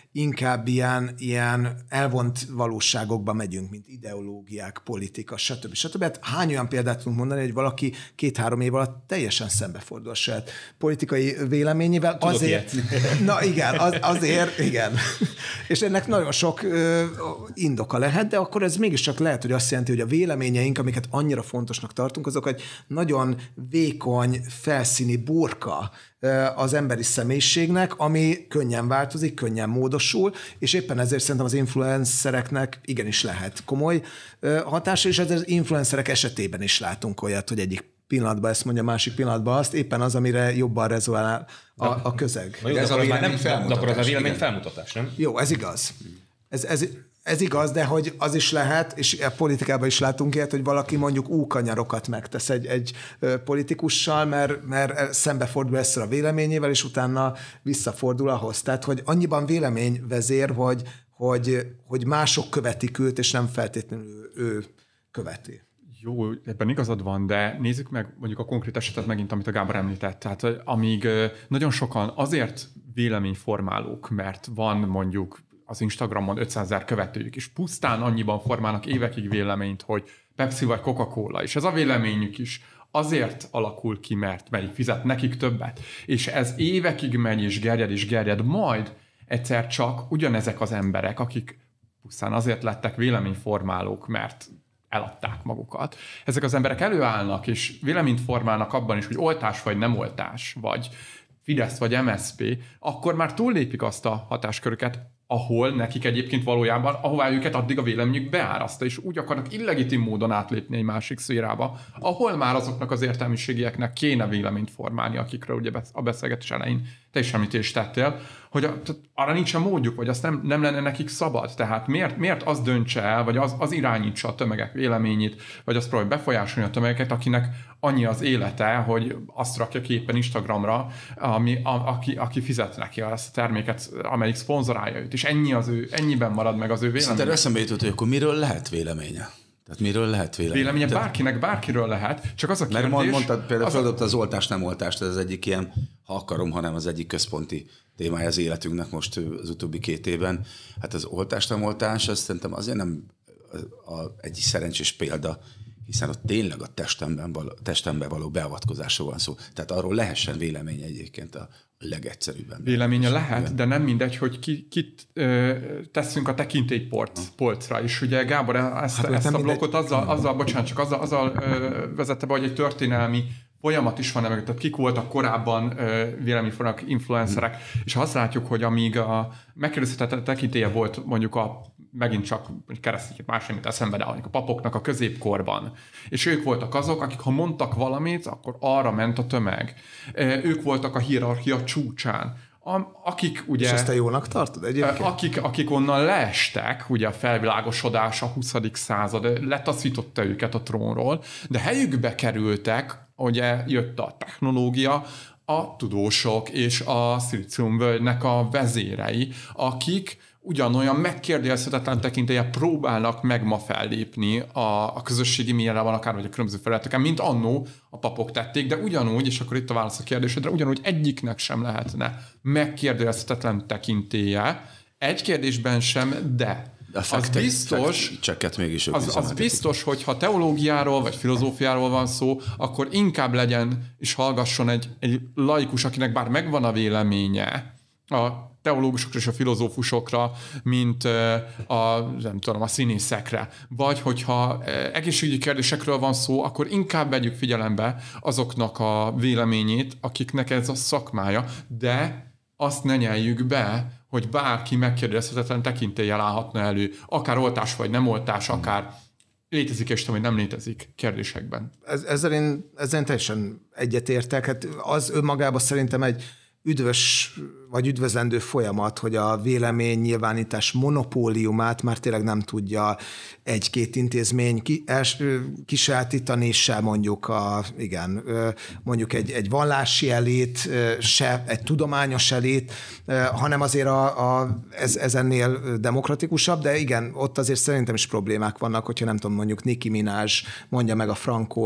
inkább ilyen, ilyen elvont valóságokba megyünk, mint ideológiák, politika, stb. stb. Hát hány olyan példát tudunk mondani, hogy valaki két-három év alatt teljesen szembefordul a saját politikai véleményével. Tudok azért, na igen, az, azért, igen. És ennek nagyon sok ö, indoka lehet, de akkor ez mégiscsak lehet, hogy azt jelenti, hogy a véleményeink, amiket annyira fontosnak tartunk, azok egy nagyon vékony, felszíni burka az emberi személyiségnek, ami könnyen változik, könnyen módosul, és éppen ezért szerintem az influencereknek igenis lehet komoly hatása, és az influencerek esetében is látunk olyat, hogy egyik pillanatban ezt mondja, másik pillanatban azt, éppen az, amire jobban rezonál a, a közeg. Jó, de, ez a vélemény nem, de akkor az a vélemény felmutatás, nem? Jó, ez igaz. Ez, ez, ez igaz, de hogy az is lehet, és a politikában is látunk ilyet, hogy valaki mondjuk újkanyarokat megtesz egy, egy politikussal, mert, mert szembefordul ezzel a véleményével, és utána visszafordul ahhoz. Tehát, hogy annyiban véleményvezér, hogy, hogy, hogy mások követik őt, és nem feltétlenül ő követi. Jó, ebben igazad van, de nézzük meg mondjuk a konkrét esetet megint, amit a Gábor említett. Tehát amíg nagyon sokan azért véleményformálók, mert van mondjuk az Instagramon ötszázezer követőjük, és pusztán annyiban formálnak évekig véleményt, hogy Pepsi vagy Coca-Cola, és ez a véleményük is azért alakul ki, mert melyik fizet nekik többet, és ez évekig megy, és gerjed, és gerjed, majd egyszer csak ugyanezek az emberek, akik pusztán azért lettek véleményformálók, mert eladták magukat. Ezek az emberek előállnak, és véleményt formálnak abban is, hogy oltás vagy nem oltás, vagy Fidesz vagy em es zé pé, akkor már túllépik azt a hatásköröket, ahol nekik egyébként valójában, ahová őket addig a véleményük beáraszta, és úgy akarnak illegitim módon átlépni egy másik szférába, ahol már azoknak az értelmiségieknek kéne véleményt formálni, akikről ugye a beszélgetés elején te is említést tettél, hogy a, arra nincsen módjuk, vagy azt nem, nem lenne nekik szabad. Tehát miért, miért az döntse el, vagy az, az irányítsa a tömegek véleményét, vagy azt próbálja befolyásolni a tömegeket, akinek annyi az élete, hogy azt rakja ki éppen Instagramra, ami, a, aki, aki fizet neki azt a terméket, amelyik szponzorálja őt, és ennyi az ő, ennyiben marad meg az ő véleménye. Szerintem eszembe jutott, hogy akkor miről lehet véleménye? Tehát miről lehet véleménye? Véleménye Tehát... bárkinek, bárkiről lehet, csak az a kérdés... Mert mondtad, például az feladott az oltás, nem oltást, ez az egyik ilyen, ha akarom, hanem az egyik központi témája az életünknek most az utóbbi két évben. Hát az oltás, nem oltás, azt szerintem azért nem a, a, egy szerencsés példa, hiszen ott tényleg a testemben való, testemben való beavatkozásról van szó. Tehát arról lehessen vélemény egyébként a legegyszerűbben. Véleménye lehet, igen. De nem mindegy, hogy ki, kit ö, teszünk a tekintélypolcra. És ugye Gábor ezt, hát, ezt a blokkot azzal, azzal, bocsánat, csak azzal, azzal ö, vezette be, hogy egy történelmi folyamat is van, tehát kik voltak korábban véleményformálók, influencerek, hmm. és ha azt látjuk, hogy amíg a megkérdezhetett tekintélye volt mondjuk a megint csak keresztények más amit eszembe, de a papoknak a középkorban. És ők voltak azok, akik ha mondtak valamit, akkor arra ment a tömeg. Ők voltak a hierarchia csúcsán. A, akik ugye... És ezt te jónak tartod egyébként? Akik, akik onnan leestek, ugye a felvilágosodás a huszadik század letaszította őket a trónról, de helyükbe kerültek, ugye jött a technológia, a tudósok és a szilíciumvölgynek a vezérei, akik ugyanolyan megkérdezhetetlen tekintélye próbálnak meg ma fellépni a, a közösségi médiában, akár vagy a különböző felületeken, mint annó a papok tették, de ugyanúgy, és akkor itt a válasz a kérdésedre, ugyanúgy egyiknek sem lehetne megkérdezhetetlen tekintélye, egy kérdésben sem, de az biztos, mégis az, az biztos, hogy ha teológiáról vagy filozófiáról van szó, akkor inkább legyen és hallgasson egy, egy laikus, akinek bár megvan a véleménye a teológusokra és a filozófusokra, mint a, nem tudom, a színészekre. Vagy hogyha egészségügyi kérdésekről van szó, akkor inkább vegyük figyelembe azoknak a véleményét, akiknek ez a szakmája, de azt ne nyeljük be, hogy bárki megkérdezhetetlen tekintéllyel állhatna elő, akár oltás vagy nem oltás, akár létezik és tudom, hogy nem létezik kérdésekben. Ez, ezzel, én, ezzel én teljesen egyetértek. Hát az önmagában szerintem egy üdvös vagy üdvözlendő folyamat, hogy a vélemény nyilvánítás monopóliumát már tényleg nem tudja egy-két intézmény ki, els, kisajátítani, se mondjuk a, igen, mondjuk egy, egy vallási elit, se egy tudományos elit, hanem azért a, a, ez, ez ennél demokratikusabb, de igen, ott azért szerintem is problémák vannak, hogyha nem tudom, mondjuk Nicki Minaj mondja meg a frankót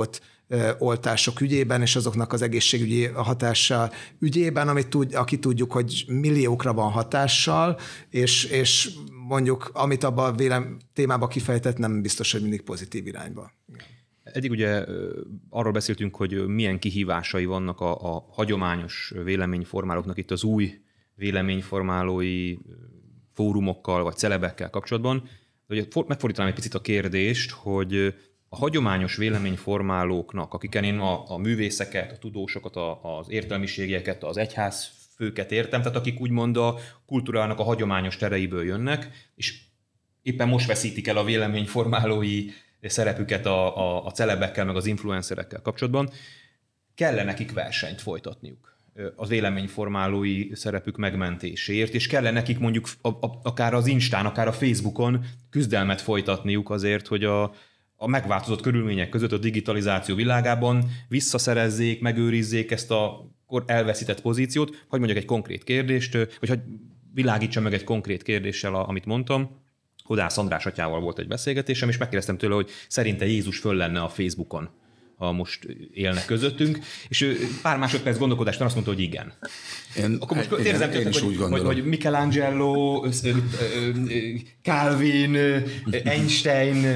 oltások ügyében, és azoknak az egészségügyi hatása ügyében, amit tud, aki tudjuk, hogy milliókra van hatással, és, és mondjuk, amit abban a vélem témában kifejtett, nem biztos, hogy mindig pozitív irányba. Eddig ugye arról beszéltünk, hogy milyen kihívásai vannak a, a hagyományos véleményformálóknak itt az új véleményformálói fórumokkal vagy celebekkel kapcsolatban. Ugye megfordítanám egy picit a kérdést, hogy a hagyományos véleményformálóknak, akiken én a, a művészeket, a tudósokat, a, az értelmiségieket, az egyházfőket értem, tehát akik úgymond a kultúrának a hagyományos tereiből jönnek, és éppen most veszítik el a véleményformálói szerepüket a, a, a celebekkel, meg az influencerekkel kapcsolatban, kell nekik versenyt folytatniuk az véleményformálói szerepük megmentéséért, és kell nekik mondjuk a, a, akár az Instán, akár a Facebookon küzdelmet folytatniuk azért, hogy a, a megváltozott körülmények között a digitalizáció világában visszaszerezzék, megőrizzék ezt a elveszített pozíciót. Hogy mondjak egy konkrét kérdést, vagy hogy világítsa meg egy konkrét kérdéssel, amit mondtam. Hodász András atyával volt egy beszélgetésem, és megkérdeztem tőle, hogy szerinte Jézus föl lenne a Facebookon, ha most élnek közöttünk, és ő pár másodperc gondolkodástan azt mondta, hogy igen. Én, Akkor most én, érzem, én is hogy, úgy gondolom. hogy, hogy Michelangelo, Calvin, Einstein,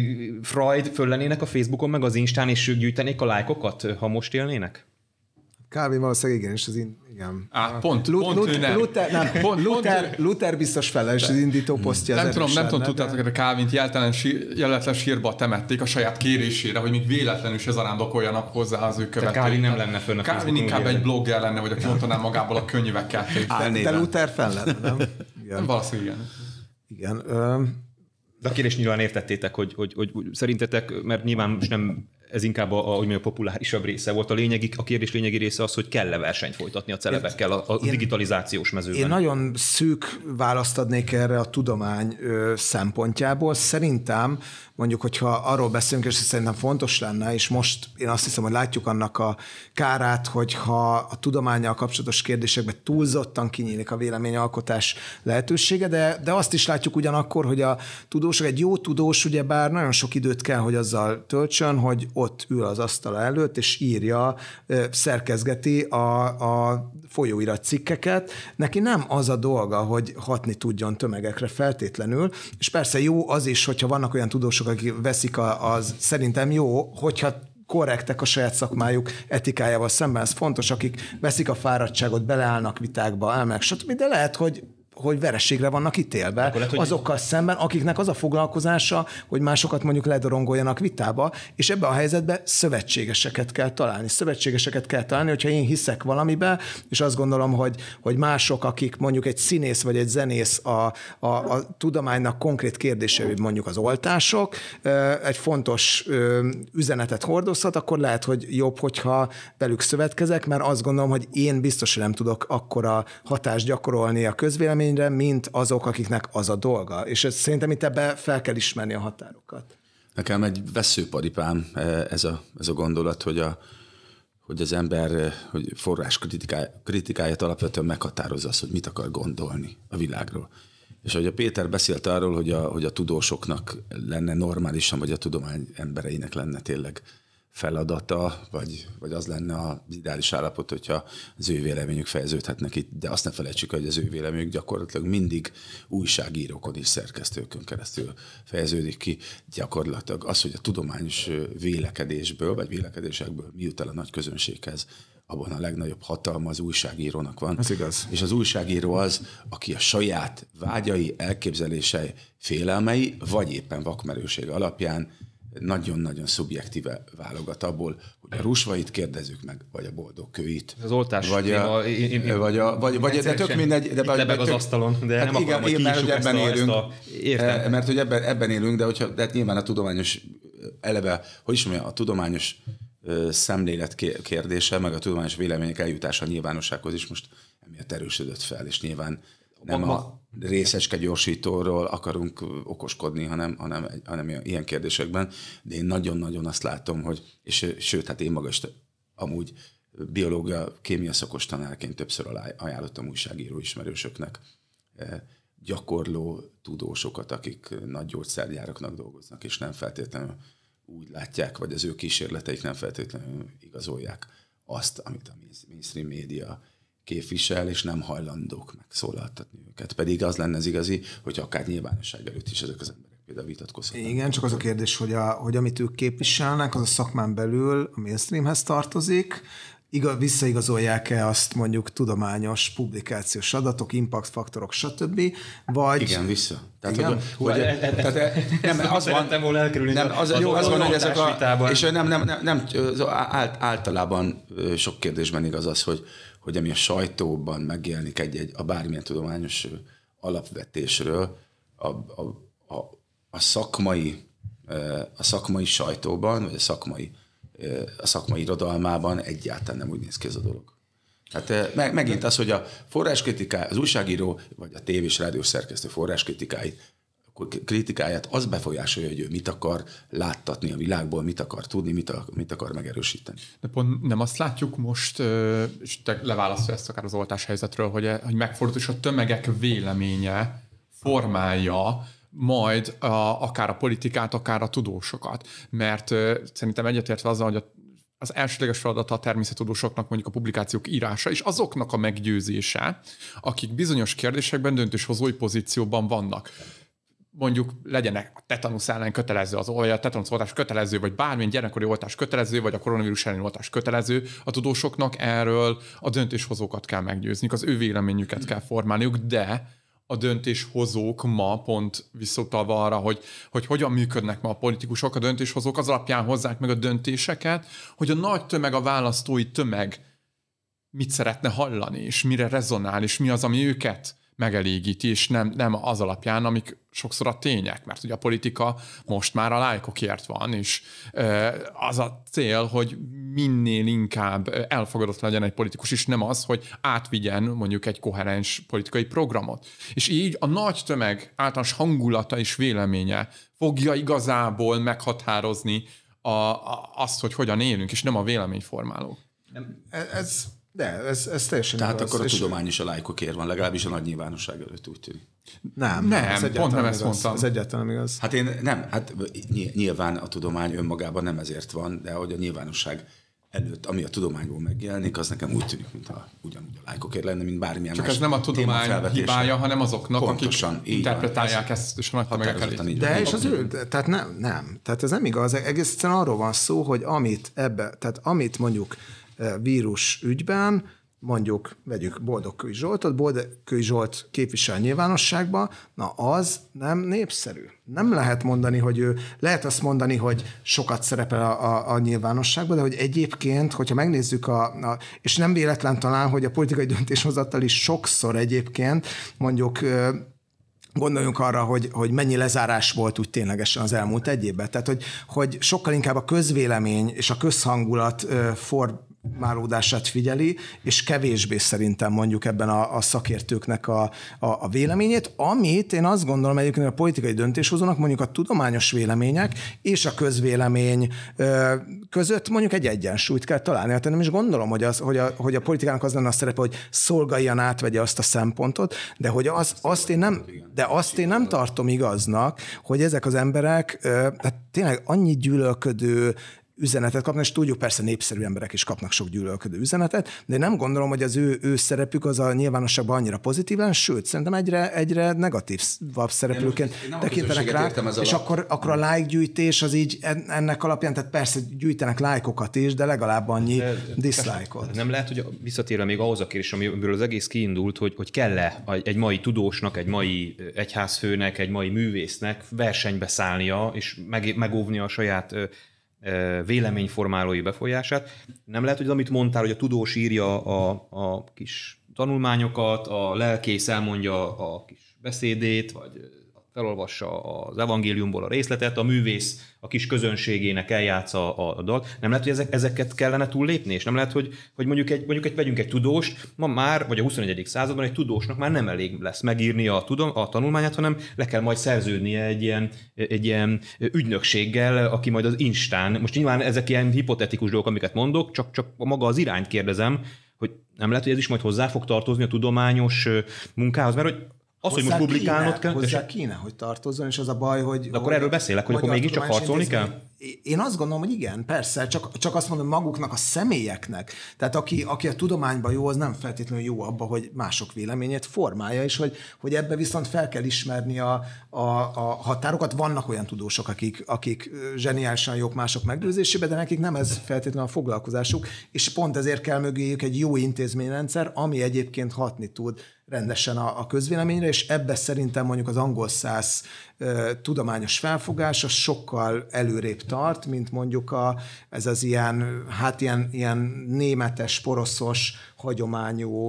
Freud föl lennének a Facebookon, meg az Instán, és ők gyűjtenék a lájkokat, ha most élnének? Calvin valószínűleg igen, és az in, igen. Á, pont, Lu- pont Lu- ő nem. Luther, nem. Pont, Luther, pont, Luther biztos fele, és az indító posztja az nem tudom, erős nem tudom, lenne, tudtátok, de- hogy a Calvint jeltelen, jeletlen sírba temették a saját kérésére, hogy még véletlenül se zarándokoljanak hozzá az ő követők. Calvin nem lenne fönn a Calvin Facebookon, inkább ugye? egy blogger lenne, vagy aki mondaná magából a könyveket. De, de Luther fel lenne, nem? Igen. Valószínűleg igen. Igen. Ö, De a kérdést nyilván értettétek, hogy, hogy, hogy, hogy szerintetek, mert nyilván most nem ez inkább a, a, a populárisabb része volt. A, lényegi, a kérdés lényegi része az, hogy kell-e versenyt folytatni a celebekkel a, a Én- digitalizációs mezőben. Én nagyon szűk választ adnék erre a tudomány ö, szempontjából. Szerintem, mondjuk, hogyha arról beszélünk, és szerintem fontos lenne, és most én azt hiszem, hogy látjuk annak a kárát, hogyha a tudománnyal kapcsolatos kérdésekben túlzottan kinyílik a véleményalkotás lehetősége, de, de azt is látjuk ugyanakkor, hogy a tudósok, egy jó tudós ugyebár nagyon sok időt kell, hogy azzal töltsön, hogy ott ül az asztala előtt, és írja, ö, szerkezgeti a, a folyóirat cikkeket. Neki nem az a dolga, hogy hatni tudjon tömegekre feltétlenül, és persze jó az is, hogyha vannak olyan tudósok, akik veszik a, az, szerintem jó, hogyha korrektek a saját szakmájuk etikájával szemben, ez fontos, akik veszik a fáradtságot, beleállnak vitákba, elmek, stb., de lehet, hogy hogy vereségre vannak ítélve lehet, hogy azokkal szemben, akiknek az a foglalkozása, hogy másokat mondjuk ledorongoljanak vitába, és ebben a helyzetben szövetségeseket kell találni. Szövetségeseket kell találni, hogyha én hiszek valamibe, és azt gondolom, hogy, hogy mások, akik mondjuk egy színész vagy egy zenész a, a, a tudománynak konkrét kérdései, mondjuk az oltások, egy fontos üzenetet hordozhat, akkor lehet, hogy jobb, hogyha velük szövetkezek, mert azt gondolom, hogy én biztos, hogy nem tudok akkora hatást gyakorolni a közvélemény, mint azok, akiknek az a dolga. És ez, szerintem itt ebbe fel kell ismerni a határokat. Nekem egy veszőparipám ez a, ez a gondolat, hogy, a, hogy az ember hogy forrás kritikáját, kritikáját alapvetően meghatározza azt, hogy mit akar gondolni a világról. És ahogy a Péter beszélt arról, hogy a, hogy a tudósoknak lenne normálisan, vagy a tudomány embereinek lenne tényleg feladata, vagy, vagy az lenne az ideális állapot, hogyha az ő véleményük fejeződhetnek itt, de azt ne felejtsük, hogy az ő véleményük gyakorlatilag mindig újságírókon és szerkesztőkön keresztül fejeződik ki. Gyakorlatilag az, hogy a tudományos vélekedésből, vagy vélekedésekből mi jut el a nagy közönséghez, abban a legnagyobb hatalma az újságírónak van. Ez igaz. És az újságíró az, aki a saját vágyai, elképzelései, félelmei, vagy éppen vakmerősége alapján nagyon-nagyon szubjektíve válogat abból, hogy a rusvait kérdezzük meg, vagy a boldog kőit. Az oltás vagy a, téma, én, én, vagy a, vagy, vagy de tök mindegy. De itt lebeg az tök, asztalon, de hát nem igen, akarom, hogy igen, mert hogy kiítsuk ebben ezt a, élünk. ezt a, értem. Mert hogy ebben, ebben élünk, de, hogyha, de hát nyilván a tudományos eleve, hogy is mondjam, a tudományos szemlélet kérdése, meg a tudományos vélemények eljutása a nyilvánossághoz is most emiatt erősödött fel, és nyilván nem a részecske gyorsítóról akarunk okoskodni, hanem, hanem, hanem ilyen kérdésekben, de én nagyon-nagyon azt látom, hogy, és sőt, hát én maga is amúgy biológia, kémia szakos tanárként többször ajánlottam újságíró ismerősöknek gyakorló tudósokat, akik nagy gyógyszergyáraknak dolgoznak, és nem feltétlenül úgy látják, vagy az ő kísérleteik nem feltétlenül igazolják azt, amit a mainstream média képvisel, és nem hajlandók megszólaltatni őket. Pedig az lenne az igazi, hogy akár nyilvánosság előtt is ezek az emberek például vitatkozhatnak. Igen, csak az a kérdés, hogy, a, hogy amit ők képviselnek, az a szakmán belül a mainstreamhez tartozik, Iga, visszaigazolják-e azt mondjuk tudományos, publikációs adatok, impact faktorok, stb. Vagy... Igen, vissza. Tehát, igen? Hogy, hogy, e, e, tehát nem, az van, volna elkerülni, nem, az, az, jó, az van, hogy ezek a... És nem, nem, nem, nem általában sok kérdésben igaz az, hogy, hogy ami a sajtóban megjelenik egy-egy a bármilyen tudományos alapvetésről, a, a, a, a szakmai a szakmai sajtóban, vagy a szakmai a szakmai irodalmában egyáltalán nem úgy néz ki ez a dolog. Tehát meg, megint az, hogy a forráskritiká, az újságíró, vagy a tévés rádiós szerkesztő forráskritikáit, kritikáját az befolyásolja, hogy ő mit akar láttatni a világból, mit akar tudni, mit, a, mit akar megerősíteni. De pont nem azt látjuk most, és te leválasztja ezt akár az oltás helyzetről, hogy, hogy megfordult, és a tömegek véleménye formálja majd a, akár a politikát, akár a tudósokat. Mert uh, szerintem egyetértve azzal, hogy a, az elsődleges feladata a természettudósoknak mondjuk a publikációk írása, és azoknak a meggyőzése, akik bizonyos kérdésekben döntéshozói pozícióban vannak. Mondjuk legyenek a tetanusz ellen kötelező az olaj, a tetanusz oltás kötelező, vagy bármilyen gyerekkori oltás kötelező, vagy a koronavírus elleni oltás kötelező, a tudósoknak erről a döntéshozókat kell meggyőzni, az ő véleményüket kell formálniuk, de a döntéshozók ma pont visszautalva arra, hogy, hogy hogyan működnek ma a politikusok, a döntéshozók az alapján hozzák meg a döntéseket, hogy a nagy tömeg, a választói tömeg mit szeretne hallani, és mire rezonál, és mi az, ami őket megelégíti, és nem, nem az alapján, amik sokszor a tények, mert ugye a politika most már a lájkokért van, és az a cél, hogy minél inkább elfogadott legyen egy politikus, és nem az, hogy átvigyen mondjuk egy koherens politikai programot. És így a nagy tömeg általános hangulata és véleménye fogja igazából meghatározni a, a, azt, hogy hogyan élünk, és nem a véleményformálók. Ez... De, ez, ez teljesen Tehát igaz. akkor a tudomány is a lájkokért van, legalábbis a nagy nyilvánosság előtt úgy tűnik. Nem, nem, ez pont nem ezt igaz. mondtam. Ez egyáltalán nem igaz. Hát én nem, hát nyilván a tudomány önmagában nem ezért van, de hogy a nyilvánosság előtt, ami a tudományból megjelenik, az nekem úgy tűnik, mintha ugyanúgy a lájkokért lenne, mint bármilyen Csak más ez nem a tudomány hibája, hanem azoknak, pontosan, akik interpretálják ez ezt, és a nagy tömegek elé. De és az ő, tehát nem, nem. Tehát ez nem igaz. Egész egyszerűen arról van szó, hogy amit ebbe, tehát amit mondjuk vírus ügyben, mondjuk, vegyük Boldogkői Zsoltot, Boldogkői Zsolt képvisel nyilvánosságba, na az nem népszerű. Nem lehet mondani, hogy ő, lehet azt mondani, hogy sokat szerepel a, a, a nyilvánosságban, de hogy egyébként, hogyha megnézzük, a, a, és nem véletlen talán, hogy a politikai döntéshozatal is sokszor egyébként mondjuk gondoljunk arra, hogy, hogy mennyi lezárás volt úgy ténylegesen az elmúlt egy évben. Tehát, hogy, hogy sokkal inkább a közvélemény és a közhangulat formálódását figyeli, és kevésbé szerintem mondjuk ebben a, a szakértőknek a, a, a véleményét, amit én azt gondolom egyébként a politikai döntéshozónak mondjuk a tudományos vélemények és a közvélemény között mondjuk egy egyensúlyt kell találni. Hát én nem is gondolom, hogy, az, hogy, a, hogy a politikának az lenne a szerepe, hogy szolgáljan át, vegye azt a szempontot, de hogy az, azt én nem, de azt én nem tartom igaznak, hogy ezek az emberek tehát tényleg annyi gyűlölködő üzenetet kapnak, és tudjuk, persze népszerű emberek is kapnak sok gyűlölködő üzenetet, de én nem gondolom, hogy az ő, ő szerepük az a nyilvánosságban annyira pozitívan, sőt, szerintem egyre, egyre negatív szereplőként tekintenek rá, és akkor, akkor a like gyűjtés az így ennek alapján, tehát persze gyűjtenek lájkokat is, de legalább annyi dislike-ot. Nem lehet, hogy visszatérve még ahhoz a kérdés, amiből az egész kiindult, hogy, hogy kell-e egy mai tudósnak, egy mai egyházfőnek, egy mai művésznek versenybe szállnia, és meg, megóvnia a saját véleményformálói befolyását. Nem lehet, hogy amit mondtál, hogy a tudós írja a, a kis tanulmányokat, a lelkész elmondja a kis beszédét, vagy felolvassa az evangéliumból a részletet, a művész a kis közönségének eljátsza a, a dal. Nem lehet, hogy ezek, ezeket kellene túllépni, és nem lehet, hogy, hogy mondjuk, egy, mondjuk egy, vegyünk egy tudóst, ma már, vagy a huszonegyedik században egy tudósnak már nem elég lesz megírni a, tudom, a tanulmányát, hanem le kell majd szerződnie egy ilyen, egy ilyen ügynökséggel, aki majd az Instán, most nyilván ezek ilyen hipotetikus dolgok, amiket mondok, csak, csak maga az irányt kérdezem, hogy nem lehet, hogy ez is majd hozzá fog tartozni a tudományos munkához, mert hogy Az, hogy most publikálnod kell... Hozzá kéne, hogy tartozzon, és az a baj, hogy... De akkor erről beszélek, hogy akkor mégiscsak harcolni kell? Én azt gondolom, hogy igen, persze, csak, csak azt mondom maguknak, a személyeknek. Tehát aki, aki a tudományban jó, az nem feltétlenül jó abba, hogy mások véleményét formálja, és hogy, hogy ebbe viszont fel kell ismerni a, a, a határokat. Vannak olyan tudósok, akik, akik zseniálisan jók mások meggyőzésében, de nekik nem ez feltétlenül a foglalkozásuk, és pont ezért kell mögéjük egy jó intézményrendszer, ami egyébként hatni tud rendesen a, a közvéleményre, és ebbe szerintem mondjuk az angol száz uh, tudományos felfogás az sokkal előrébb tart, mint mondjuk a, ez az ilyen, hát ilyen, ilyen németes, poroszos, hagyományú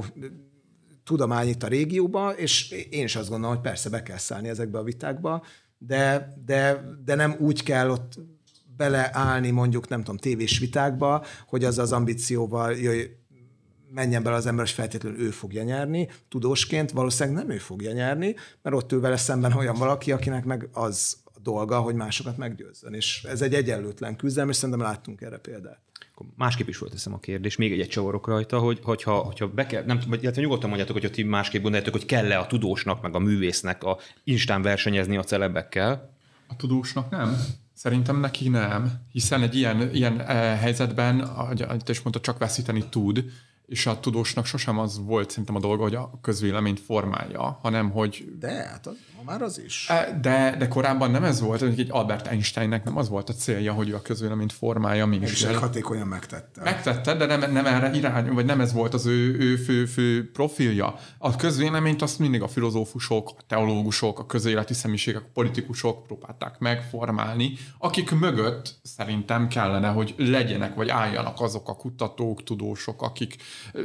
tudomány itt a régióba, és én is azt gondolom, hogy persze be kell szállni ezekbe a vitákba, de, de, de nem úgy kell ott beleállni mondjuk, nem tudom, tévés vitákba, hogy az az ambícióval jöjj, menjen bele az ember, és feltétlenül ő fogja nyerni. Tudósként valószínűleg nem ő fogja nyerni, mert ott ül vele szemben olyan valaki, akinek meg az a dolga, hogy másokat meggyőzzön. És ez egy egyenlőtlen küzdelem, és szerintem láttunk erre példát. Másképp is fölteszem a kérdést, még egyet csavarok rajta, hogy, hogyha, hogyha be kell, nem, illetve nyugodtan mondjátok, hogyha ti másképp gondoljátok, hogy kell-e a tudósnak, meg a művésznek a instán versenyezni a celebekkel. A tudósnak nem. Szerintem neki nem, hiszen egy ilyen, ilyen eh, helyzetben, ahogy is mondta, csak veszíteni tud, és a tudósnak sosem az volt szerintem a dolga, hogy a közvéleményt formálja, hanem hogy... De hát az, már az is. De, de korábban nem ez volt, hogy egy Albert Einsteinnek nem az volt a célja, hogy ő a közvéleményt formálja. És el... hatékonyan megtette. Megtette, de nem, nem erre irány, vagy nem ez volt az ő, ő fő, fő profilja. A közvéleményt azt mindig a filozófusok, a teológusok, a közéleti személyiségek, a politikusok próbálták megformálni, akik mögött szerintem kellene, hogy legyenek, vagy álljanak azok a kutatók, tudósok, akik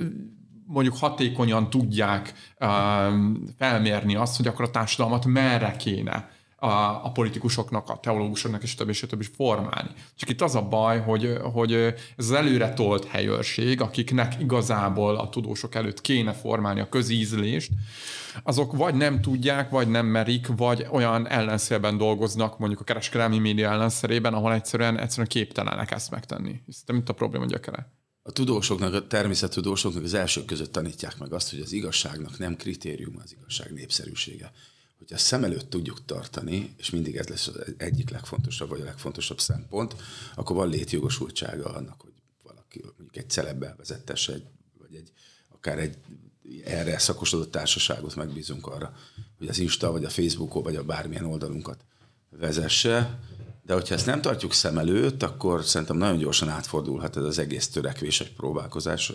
mondjuk hatékonyan tudják uh, felmérni azt, hogy akkor a társadalmat merre kéne a, a politikusoknak, a teológusoknak és többi, és többi formálni. Csak itt az a baj, hogy, hogy ez az előre tolt helyőrség, akiknek igazából a tudósok előtt kéne formálni a közízlést, azok vagy nem tudják, vagy nem merik, vagy olyan ellenszélben dolgoznak, mondjuk a kereskedelmi média ellenszerében, ahol egyszerűen, egyszerűen képtelenek ezt megtenni. Szerintem itt a probléma gyökere. A tudósoknak, a természettudósoknak az elsők között tanítják meg azt, hogy az igazságnak nem kritérium az igazság népszerűsége. Hogyha ezt szem előtt tudjuk tartani, és mindig ez lesz az egyik legfontosabb, vagy a legfontosabb szempont, akkor van létjogosultsága annak, hogy valaki mondjuk egy celebbel vezettesse, vagy egy, akár egy erre szakosodott társaságot megbízunk arra, hogy az Insta, vagy a Facebookon, vagy a bármilyen oldalunkat vezesse. De hogyha ezt nem tartjuk szem előtt, akkor szerintem nagyon gyorsan átfordulhat ez az egész törekvés, egy próbálkozás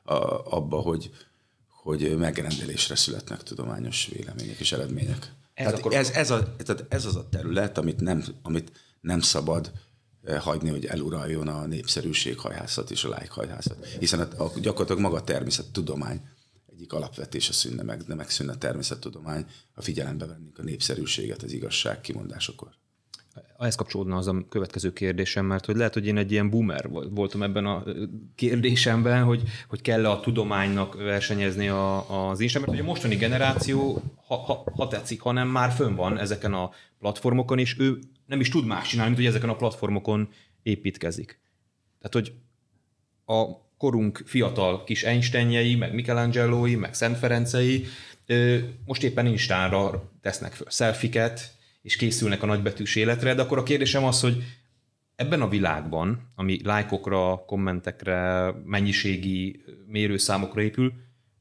abba, hogy, hogy megrendelésre születnek tudományos vélemények és eredmények. Ez, tehát akkor... ez, ez, a, tehát ez az a terület, amit nem, amit nem szabad hagyni, hogy eluraljon a népszerűség hajhászat és a like hajhászat. Hiszen a, a, gyakorlatilag maga a természettudomány egyik alapvetése szűnne meg, de megszűnne a természettudomány, ha figyelembe vennénk a népszerűséget az igazság kimondásakor. Ehhez kapcsolódna az a következő kérdésem, mert hogy lehet, hogy én egy ilyen boomer voltam ebben a kérdésemben, hogy, hogy kell a tudománynak versenyezni a, az Instán, mert hogy a mostani generáció, ha, ha, ha tetszik, hanem már fönn van ezeken a platformokon, és ő nem is tud más csinálni, mint hogy ezeken a platformokon építkezik. Tehát, hogy a korunk fiatal kis Einsteinjei, meg Michelangelói, meg Szent Ferencei most éppen Instánra tesznek föl selfiket, és készülnek a nagybetűs életre, de akkor a kérdésem az, hogy ebben a világban, ami lájkokra, kommentekre, mennyiségi mérőszámokra épül,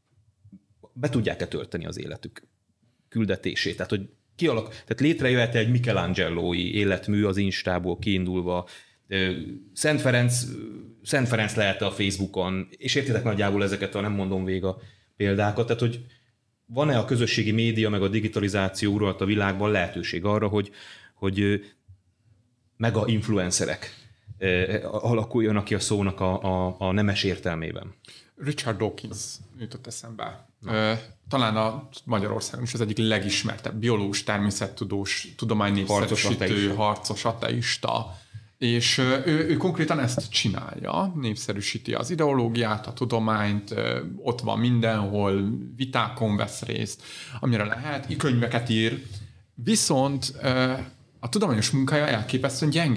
be tudják-e tölteni az életük küldetését? Tehát, hogy kialak, tehát létrejöhet egy Michelangelói életmű az Instából kiindulva, Szent Ferenc, Szent Ferenc lehet a Facebookon, és értitek nagyjából ezeket, a nem mondom végig a példákat, tehát, hogy van-e a közösségi média meg a digitalizáció uralt a világban lehetőség arra, hogy, hogy mega influencerek alakuljanak ki a szónak a, a, a nemes értelmében? Richard Dawkins jutott eszembe. Na. Talán a Magyarországon is az egyik legismertebb biológus, természettudós, tudománynépszerűsítő, harcos ateista. És ő, ő konkrétan ezt csinálja, népszerűsíti az ideológiát, a tudományt, ott van mindenhol, vitákon vesz részt, amire lehet, könyveket ír. Viszont a tudományos munkája elképesztően gyenge.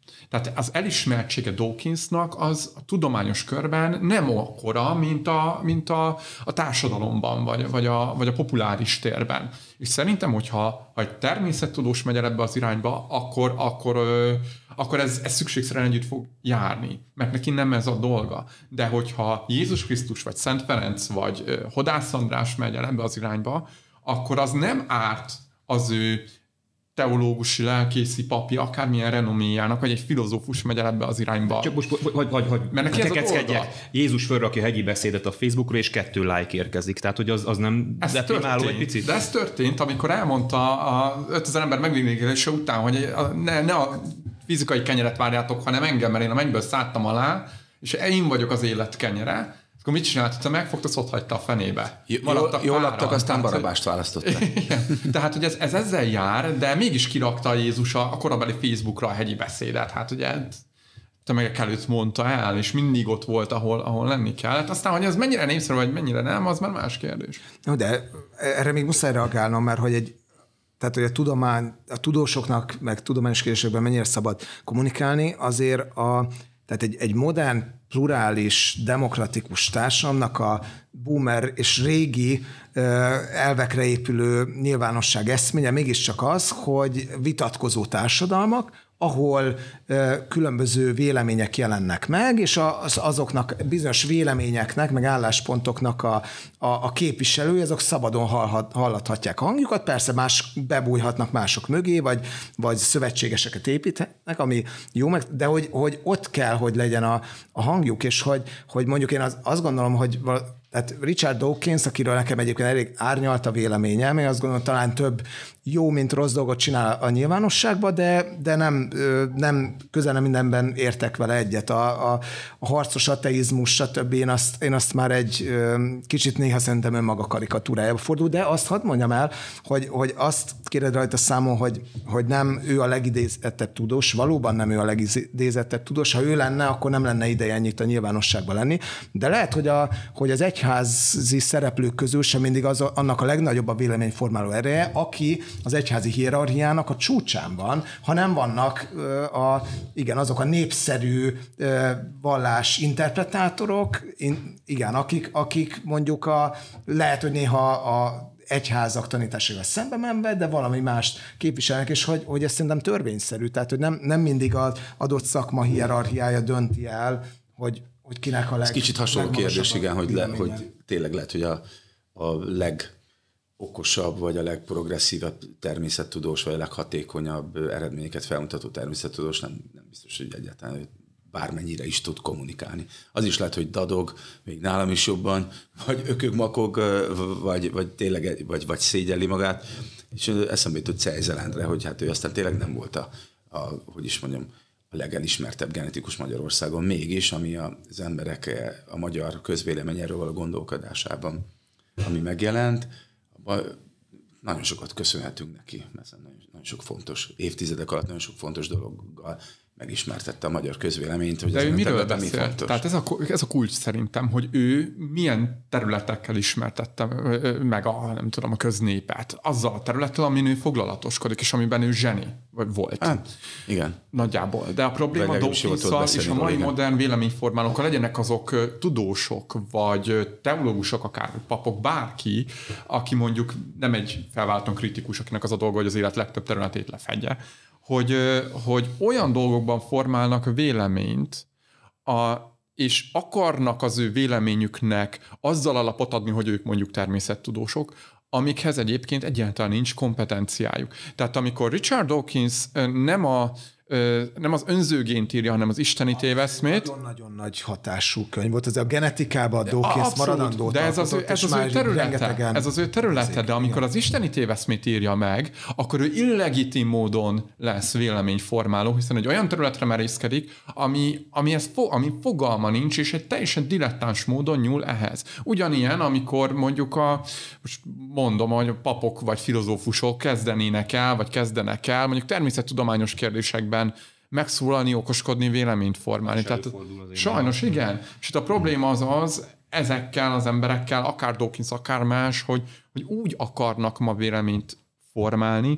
Tehát az elismertsége Dawkinsnak az a tudományos körben nem akkora, mint a, mint a, a társadalomban, vagy, vagy, a, vagy a populáris térben. És szerintem, hogyha ha egy természettudós megy el ebbe az irányba, akkor, akkor, ö, akkor ez, ez szükségszerűen együtt fog járni, mert neki nem ez a dolga. De hogyha Jézus Krisztus, vagy Szent Ferenc, vagy ö, Hodász András megy el ebbe az irányba, akkor az nem árt az ő teológusi, lelkészi, papi, akármilyen renoméjának, vagy egy filozófus megy el ebbe az irányba. Csak most, hogy, hogy, hogy mert neki ez a dolga. Jézus fölrakja hegyi beszédet a Facebookra, és kettő like érkezik. Tehát, hogy az, az nem deprimáló egy picit? De ez történt, amikor elmondta a ötezer ember megvéglése után, hogy ne, ne a fizikai kenyeret várjátok, hanem engem, mert én a mennyből szálltam alá, és én vagyok az élet kenyere. Akkor mit csinált? Te megfogta, ott hagyta a fenébe. Maradtak Jól laktak, aztán Barabást választották. Tehát, hogy ez, ez ezzel jár, de mégis kirakta Jézus a, a korabeli Facebookra a hegyi beszédet. Hát ugye tömegek előtt mondta el, és mindig ott volt, ahol, ahol lenni kellett. Aztán, hogy ez mennyire népszerű, vagy mennyire nem, az már más kérdés. No, de erre még muszáj reagálnom, mert hogy egy tehát, hogy a tudomány, a tudósoknak, meg tudományos kérdésekben mennyire szabad kommunikálni, azért a Tehát egy, egy modern, plurális, demokratikus társadalomnak a boomer és régi elvekre épülő nyilvánosság eszménye mégiscsak az, hogy vitatkozó társadalmak, ahol különböző vélemények jelennek meg, és az, azoknak bizonyos véleményeknek, meg álláspontoknak a, a, a képviselői, azok szabadon hallhat, hallathatják a hangjukat, persze más bebújhatnak mások mögé, vagy, vagy szövetségeseket építhetnek, ami jó, meg, de hogy, hogy ott kell, hogy legyen a, a hangjuk, és hogy, hogy mondjuk én az, azt gondolom, hogy tehát Richard Dawkins, akiről nekem egyébként elég árnyalt a véleményem, én azt gondolom, talán több jó, mint rossz dolgot csinál a nyilvánosságban, de, de nem, nem, közel nem mindenben értek vele egyet. A, a, a harcos ateizmus, stb. Én azt, én azt már egy kicsit néha szerintem önmaga karikatúrájába fordul, de azt hadd mondjam el, hogy, hogy azt kéred rajta számon, hogy, hogy nem ő a legidézettebb tudós, valóban nem ő a legidézettebb tudós. Ha ő lenne, akkor nem lenne ideje ennyit a nyilvánosságban lenni, de lehet, hogy, a, hogy az egyházi szereplők közül sem mindig az a, annak a legnagyobb a véleményformáló ereje, aki az egyházi hierarchiának a csúcsán van, ha nem vannak a, igen, azok a népszerű vallás interpretátorok, igen, akik, akik mondjuk a, lehet, hogy néha a egyházak tanításával szembe menve, de valami mást képviselnek, és hogy, hogy ez szerintem törvényszerű, tehát hogy nem, nem mindig az adott szakma hierarchiája dönti el, hogy, hogy kinek a leg... Ez kicsit hasonló kérdés, igen, hogy, le, hogy tényleg lehet, hogy a, a leg okosabb, vagy a legprogresszívabb természettudós, vagy a leghatékonyabb eredményeket felmutató természettudós nem, nem biztos, hogy egyáltalán bármennyire is tud kommunikálni. Az is lehet, hogy dadog, még nálam is jobban, vagy ökög-makog, vagy, vagy tényleg vagy, vagy szégyelli magát, és eszembe jutott Cejzel Endre, hogy hát ő aztán tényleg nem volt a, a hogy is mondjam, a legelismertebb genetikus Magyarországon, mégis, ami az emberek a magyar közvélemény erről való gondolkodásában, ami megjelent, nagyon sokat köszönhetünk neki, mert nagyon, nagyon sok fontos, évtizedek alatt nagyon sok fontos dologgal megismertette a magyar közvéleményt, hogy de ez ő nem miről területen mi beszélt? fontos. Tehát ez a, ez a kulcs szerintem, hogy ő milyen területekkel ismertette meg a, nem tudom, a köznépet. Azzal a területtel, amin ő foglalatoskodik, és amiben ő zseni, vagy volt. Hát, igen. Nagyjából. De a probléma a Dawkinsszal és a mai igen. modern véleményformálókkal, legyenek azok tudósok, vagy teológusok, akár papok, bárki, aki mondjuk nem egy felváltóan kritikus, akinek az a dolga, hogy az élet legtöbb területét lefedje, Hogy, hogy olyan dolgokban formálnak véleményt, a, és akarnak az ő véleményüknek azzal alapot adni, hogy ők mondjuk természettudósok, amikhez egyébként egyáltalán nincs kompetenciájuk. Tehát amikor Richard Dawkins nem a nem az önzőgént írja, hanem az isteni téveszmét. Nagyon-nagyon nagy hatású könyv volt. Ez a genetikában a Dawkins maradandót de ez az, ő, ez, az ő területe, ez az ő területe, de amikor az isteni téveszmét írja meg, akkor ő illegitim módon lesz véleményformáló, hiszen egy olyan területre merészkedik, ami, ami, ez fo, ami fogalma nincs, és egy teljesen dilettáns módon nyúl ehhez. Ugyanilyen, amikor mondjuk a, most mondom, hogy a papok vagy filozófusok kezdenének el, vagy kezdenek el, mondjuk természettudományos kérdésekben megszólalni, okoskodni, véleményt formálni. Tehát, sajnos igen. És itt a probléma az az, ezekkel az emberekkel, akár Dawkins, akár más, hogy, hogy úgy akarnak ma véleményt formálni,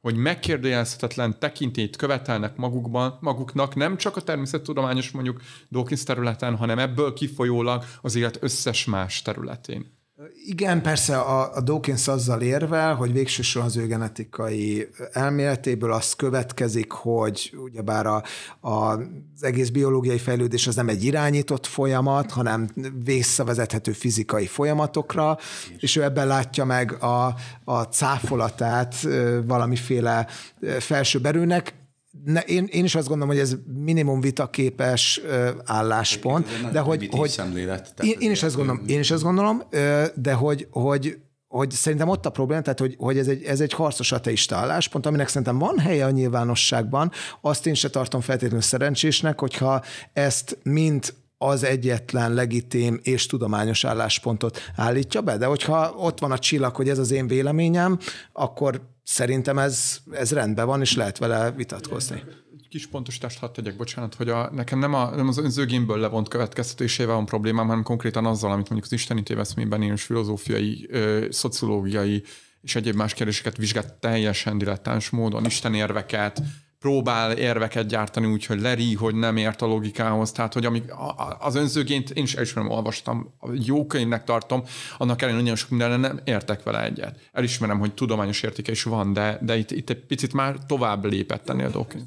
hogy megkérdőjelezhetetlen tekintélyt követelnek magukban, maguknak, nem csak a természettudományos mondjuk Dawkins területen, hanem ebből kifolyólag az élet összes más területén. Igen, persze a, a Dawkins azzal érvel, hogy végső soron az ő genetikai elméletéből az következik, hogy ugyebár a, a, az egész biológiai fejlődés az nem egy irányított folyamat, hanem visszavezethető fizikai folyamatokra, és ő ebben látja meg a, a cáfolatát valamiféle felsőbb erőnek. Ne, én, én is azt gondolom, hogy ez minimum vitaképes uh, álláspont, de hogy, hogy szemlélet, én, én, is azt gondolom, én is azt gondolom, uh, de hogy, hogy, hogy szerintem ott a probléma, tehát hogy, hogy ez, egy, ez egy harcos ateista álláspont, aminek szerintem van helye a nyilvánosságban, azt én se tartom feltétlenül szerencsésnek, hogyha ezt mind az egyetlen legitim és tudományos álláspontot állítja be, de hogyha ott van a csillag, hogy ez az én véleményem, akkor szerintem ez, ez rendben van, és lehet vele vitatkozni. Egy kis pontosítást hadd tegyek, bocsánat, hogy a, nekem nem, a, nem az önzőgénből levont következtetésével van problémám, hanem konkrétan azzal, amit mondjuk az isteni téveszmében én is filozófiai, ö, szociológiai és egyéb más kérdéseket vizsgált teljesen dilettáns módon, istenérveket, próbál érveket gyártani úgy, hogy leri, hogy nem ért a logikához. Tehát, hogy amik, az önzőgént én is elismerem, olvastam, jó könyvnek tartom, annak ellenére nagyon sok mindenre nem értek vele egyet. Elismerem, hogy tudományos értéke is van, de, de itt, itt egy picit már tovább lépett ennél Dawkins.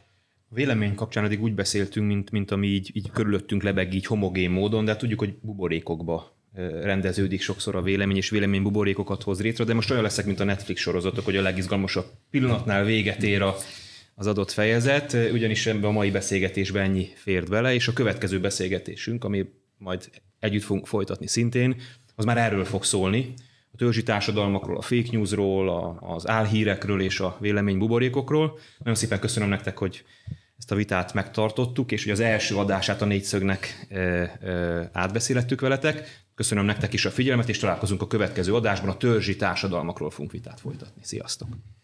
A vélemény kapcsán addig úgy beszéltünk, mint, mint ami így, így körülöttünk lebeg így homogén módon, de tudjuk, hogy buborékokba rendeződik sokszor a vélemény, és vélemény buborékokat hoz létre, de most olyan leszek, mint a Netflix sorozatok, hogy a legizgalmasabb pillanatnál véget ér a az adott fejezet, ugyanis ebben a mai beszélgetésben ennyi fért bele, és a következő beszélgetésünk, ami majd együtt fogunk folytatni szintén, az már erről fog szólni, a törzsi társadalmakról, a fake newsról, az álhírekről és a véleménybuborékokról. Nagyon szépen köszönöm nektek, hogy ezt a vitát megtartottuk, és hogy az első adását a négyszögnek e, e, átbeszélettük veletek. Köszönöm nektek is a figyelmet, és találkozunk a következő adásban, a törzsi társadalmakról fogunk vitát folytatni. Sziasztok!